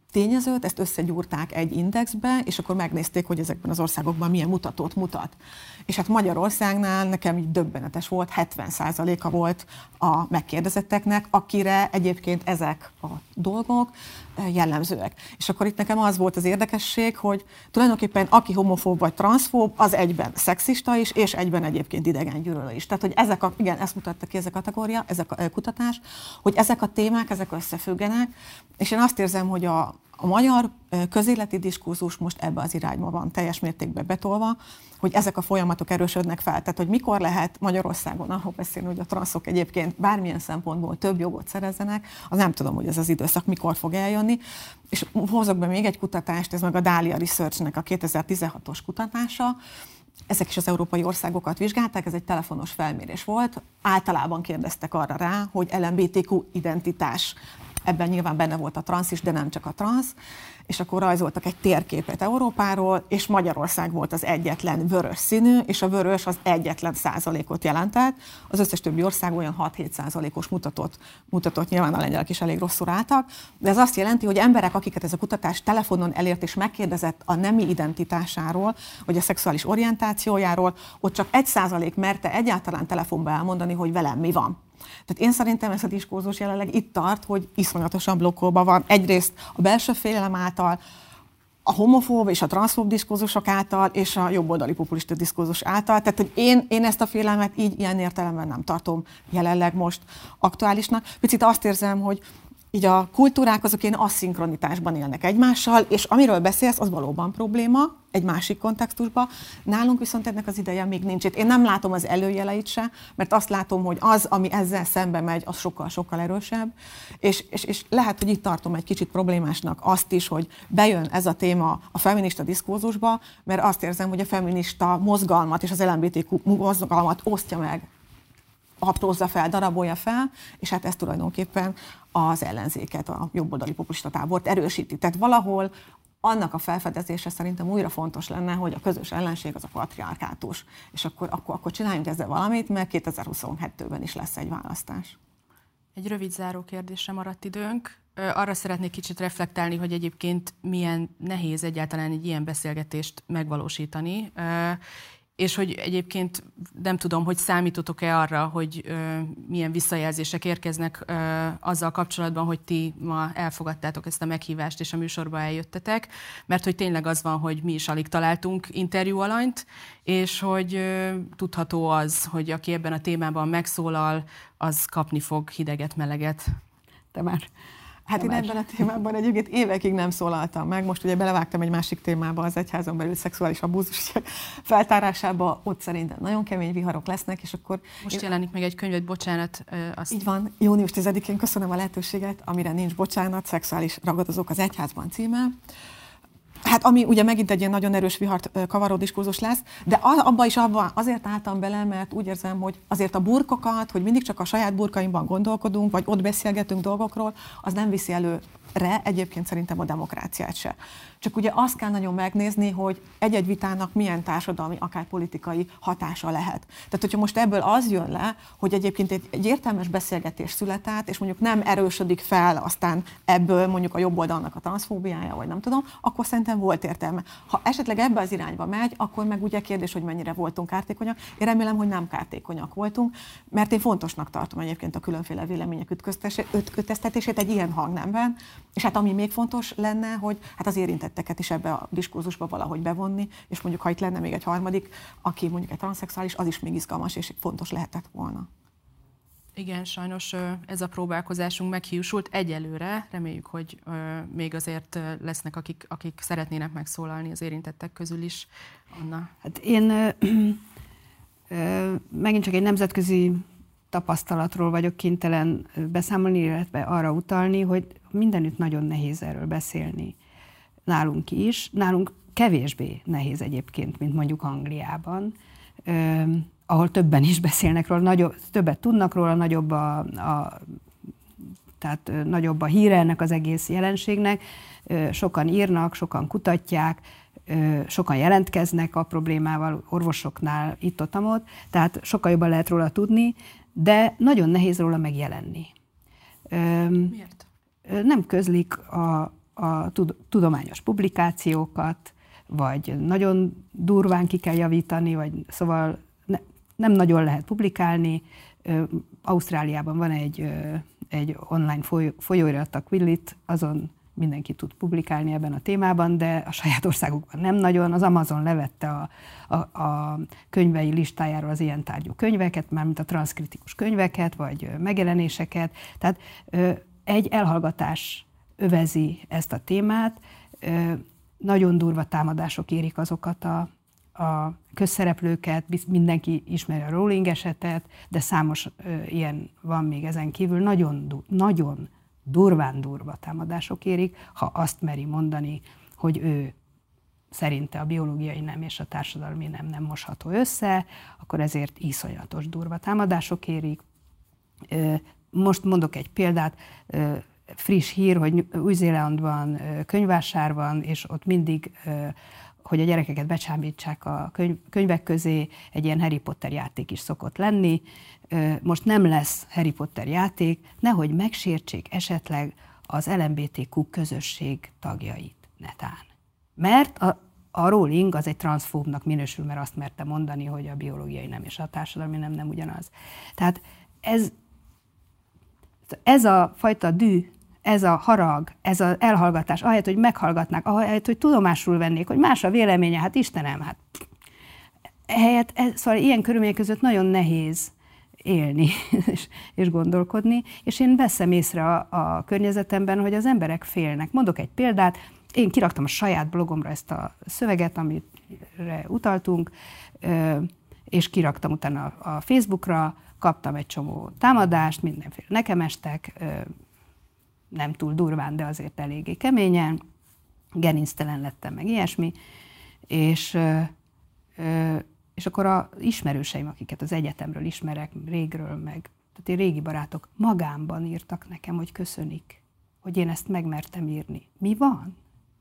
tényezőt, ezt összegyúrták egy indexbe, és akkor megnézték, hogy ezekben az országokban milyen mutatót mutat. És hát Magyarországnál nekem így döbbenetes volt, 70%-a volt a megkérdezetteknek, akire egyébként ezek a dolgok jellemzőek. És akkor itt nekem az volt az érdekesség, hogy tulajdonképpen aki homofób vagy transzfób, az egyben szexista is, és egyben egyébként idegengyűlölő is. Tehát, hogy igen, ezt mutatta ki ez a kategória, ez a kutatás, hogy ezek a témák, ezek összefüggenek, és én azt érzem, hogy a magyar közéleti diskurzus most ebbe az irányba van teljes mértékben betolva, hogy ezek a folyamatok erősödnek fel. Tehát, hogy mikor lehet Magyarországon arról beszélni, hogy a transzok egyébként bármilyen szempontból több jogot szerezzenek, az nem tudom, hogy ez az időszak mikor fog eljönni. És hozok be még egy kutatást, ez meg a Dahlia Researchnek a 2016-os kutatása. Ezek is az európai országokat vizsgálták, ez egy telefonos felmérés volt. Általában kérdeztek arra rá, hogy LMBTQ identitás. Ebben nyilván benne volt a transz is, de nem csak a transz. És akkor rajzoltak egy térképet Európáról, és Magyarország volt az egyetlen vörös színű, és a vörös az egyetlen százalékot jelentett. Az összes többi ország olyan 6-7 százalékos mutatott, nyilván a lengyelek is elég rosszul álltak, de ez azt jelenti, hogy emberek, akiket ez a kutatás telefonon elért és megkérdezett a nemi identitásáról, vagy a szexuális orientációjáról, ott csak 1% merte egyáltalán telefonba elmondani, hogy velem mi van. Tehát én szerintem ez a diskurzus jelenleg itt tart, hogy iszonyatosan blokkolva van. Egyrészt a belső félelem által, a homofób és a transzfób diskurzusok által, és a jobboldali populista diskurzus által. Tehát, hogy én ezt a félelmet így ilyen értelemben nem tartom jelenleg most aktuálisnak. Picit azt érzem, hogy így a kultúrák azok ilyen asszinkronitásban élnek egymással, és amiről beszélsz, az valóban probléma egy másik kontextusban. Nálunk viszont ennek az ideje még nincs itt. Én nem látom az előjeleit se, mert azt látom, hogy az, ami ezzel szembe megy, az sokkal-sokkal erősebb. És lehet, hogy itt tartom egy kicsit problémásnak azt is, hogy bejön ez a téma a feminista diskurzusba, mert azt érzem, hogy a feminista mozgalmat és az LMBTQ mozgalmat osztja meg, aprózza fel, darabolja fel, és hát ez tulajdonképpen az ellenzéket, a jobboldali populista tábort erősíti. Tehát valahol annak a felfedezése szerintem újra fontos lenne, hogy a közös ellenség az a patriarkátus. És akkor csináljunk ezzel valamit, mert 2022-ben is lesz egy választás. Egy rövid záró kérdésre maradt időnk. Arra szeretnék kicsit reflektálni, hogy egyébként milyen nehéz egyáltalán egy ilyen beszélgetést megvalósítani, és hogy egyébként nem tudom, hogy számítotok-e arra, hogy milyen visszajelzések érkeznek azzal kapcsolatban, hogy ti ma elfogadtátok ezt a meghívást, és a műsorba eljöttetek, mert hogy tényleg az van, hogy mi is alig találtunk interjú alanyt, és hogy tudható az, hogy aki ebben a témában megszólal, az kapni fog hideget, meleget. Te már... Hát én ebben a témában egyébként évekig nem szólaltam meg. Most ugye belevágtam egy másik témába, az egyházon belül szexuális abúzus feltárásába. Ott szerintem nagyon kemény viharok lesznek, és akkor... Most jelenik meg egy könyvet, bocsánat. Így van, június 10-én köszönöm a lehetőséget, amire nincs bocsánat, szexuális ragadozók az egyházban címe. Hát ami ugye megint egy ilyen nagyon erős vihart kavaró diskurzus lesz, de abba azért álltam bele, mert úgy érzem, hogy azért a burkokat, hogy mindig csak a saját burkainkban gondolkodunk, vagy ott beszélgetünk dolgokról, az nem viszi előre egyébként szerintem a demokráciát se. Csak ugye azt kell nagyon megnézni, hogy egy-egy vitának milyen társadalmi, akár politikai hatása lehet. Tehát, hogyha most ebből az jön le, hogy egyébként egy értelmes beszélgetés született, és mondjuk nem erősödik fel aztán ebből mondjuk a jobb oldalnak a transzfóbiája, vagy nem tudom, akkor szerintem volt értelme. Ha esetleg ebbe az irányba megy, akkor meg ugye kérdés, hogy mennyire voltunk kártékonyak. Én remélem, hogy nem kártékonyak voltunk, mert én fontosnak tartom egyébként a különféle vélemények ütköztetését egy ilyen hangnemben. És hát ami még fontos lenne, hogy hát az érintetteket is ebbe a diskurzusba valahogy bevonni, és mondjuk ha itt lenne még egy harmadik, aki mondjuk egy transzexuális, az is még izgalmas és fontos lehetett volna. Igen, sajnos ez a próbálkozásunk meghiúsult egyelőre. Reméljük, hogy még azért lesznek, akik szeretnének megszólalni az érintettek közül is. Anna? Hát én megint csak egy nemzetközi tapasztalatról vagyok kénytelen beszámolni, illetve arra utalni, hogy mindenütt nagyon nehéz erről beszélni. Nálunk is. Nálunk kevésbé nehéz egyébként, mint mondjuk Angliában, ahol többen is beszélnek róla, többet tudnak róla, tehát nagyobb a híre ennek az egész jelenségnek. Sokan írnak, sokan kutatják, sokan jelentkeznek a problémával, orvosoknál, itt-ott, tehát sokkal jobban lehet róla tudni, de nagyon nehéz róla megjelenni. Miért? Nem közlik a tudományos publikációkat, vagy nagyon durván ki kell javítani, vagy szóval nem nagyon lehet publikálni. Ausztráliában van egy online folyóirat, a Quillit, azon mindenki tud publikálni ebben a témában, de a saját országukban nem nagyon. Az Amazon levette a könyvei listájáról az ilyen tárgyú könyveket, mármint a transzkritikus könyveket, vagy megjelenéseket. Tehát egy elhallgatás övezi ezt a témát, nagyon durva támadások érik azokat a közszereplőket, mindenki ismeri a Rowling esetet, de számos ilyen van még ezen kívül, nagyon durván durva támadások érik, ha azt meri mondani, hogy ő szerinte a biológiai nem és a társadalmi nem mosható össze, akkor ezért iszonyatos durva támadások érik. Most mondok egy példát, friss hír, hogy Új-Zélandban könyvvásár van, és ott mindig, hogy a gyerekeket becsábítsák a könyvek közé, egy ilyen Harry Potter játék is szokott lenni. Most nem lesz Harry Potter játék, nehogy megsértsék esetleg az LMBTQ közösség tagjait netán. Mert a Rowling az egy transzfóbnak minősül, mert azt merte mondani, hogy a biológiai nem és a társadalmi nem ugyanaz. Tehát ez a fajta dű, ez a harag, ez az elhallgatás, ahelyett, hogy meghallgatnák, ahelyett, hogy tudomásul vennék, hogy más a véleménye, hát Istenem, hát szóval ilyen körülmények között nagyon nehéz élni és gondolkodni, és én veszem észre a környezetemben, hogy az emberek félnek. Mondok egy példát, én kiraktam a saját blogomra ezt a szöveget, amire utaltunk, és kiraktam utána a Facebookra, kaptam egy csomó támadást, mindenféle nekem estek, nem túl durván, de azért eléggé keményen, gerinctelen lettem, meg ilyesmi, és akkor az ismerőseim, akiket az egyetemről ismerek, régről, meg tehát én régi barátok magámban írtak nekem, hogy köszönik, hogy én ezt megmertem írni. Mi van?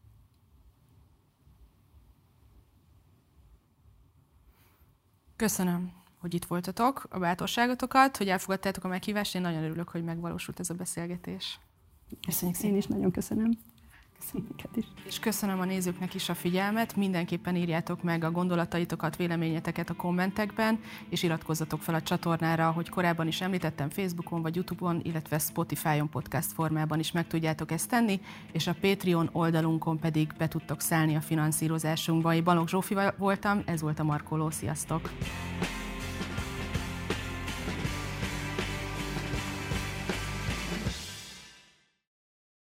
Köszönöm, hogy itt voltatok, a bátorságotokat, hogy elfogadtátok a meghívást. Én nagyon örülök, hogy megvalósult ez a beszélgetés. Köszönjük szépen. Én is nagyon köszönöm. Köszönjük is. És köszönöm a nézőknek is a figyelmet. Mindenképpen írjátok meg a gondolataitokat, véleményeteket a kommentekben, és iratkozzatok fel a csatornára, hogy korábban is említettem, Facebookon vagy YouTube-on, illetve Spotify-on podcast formában is meg tudjátok ezt tenni, és a Patreon oldalunkon pedig be tudtok szállni a finanszírozásunkba. Én Balogh Zsófi voltam, ez volt a Markoló. Sziasztok!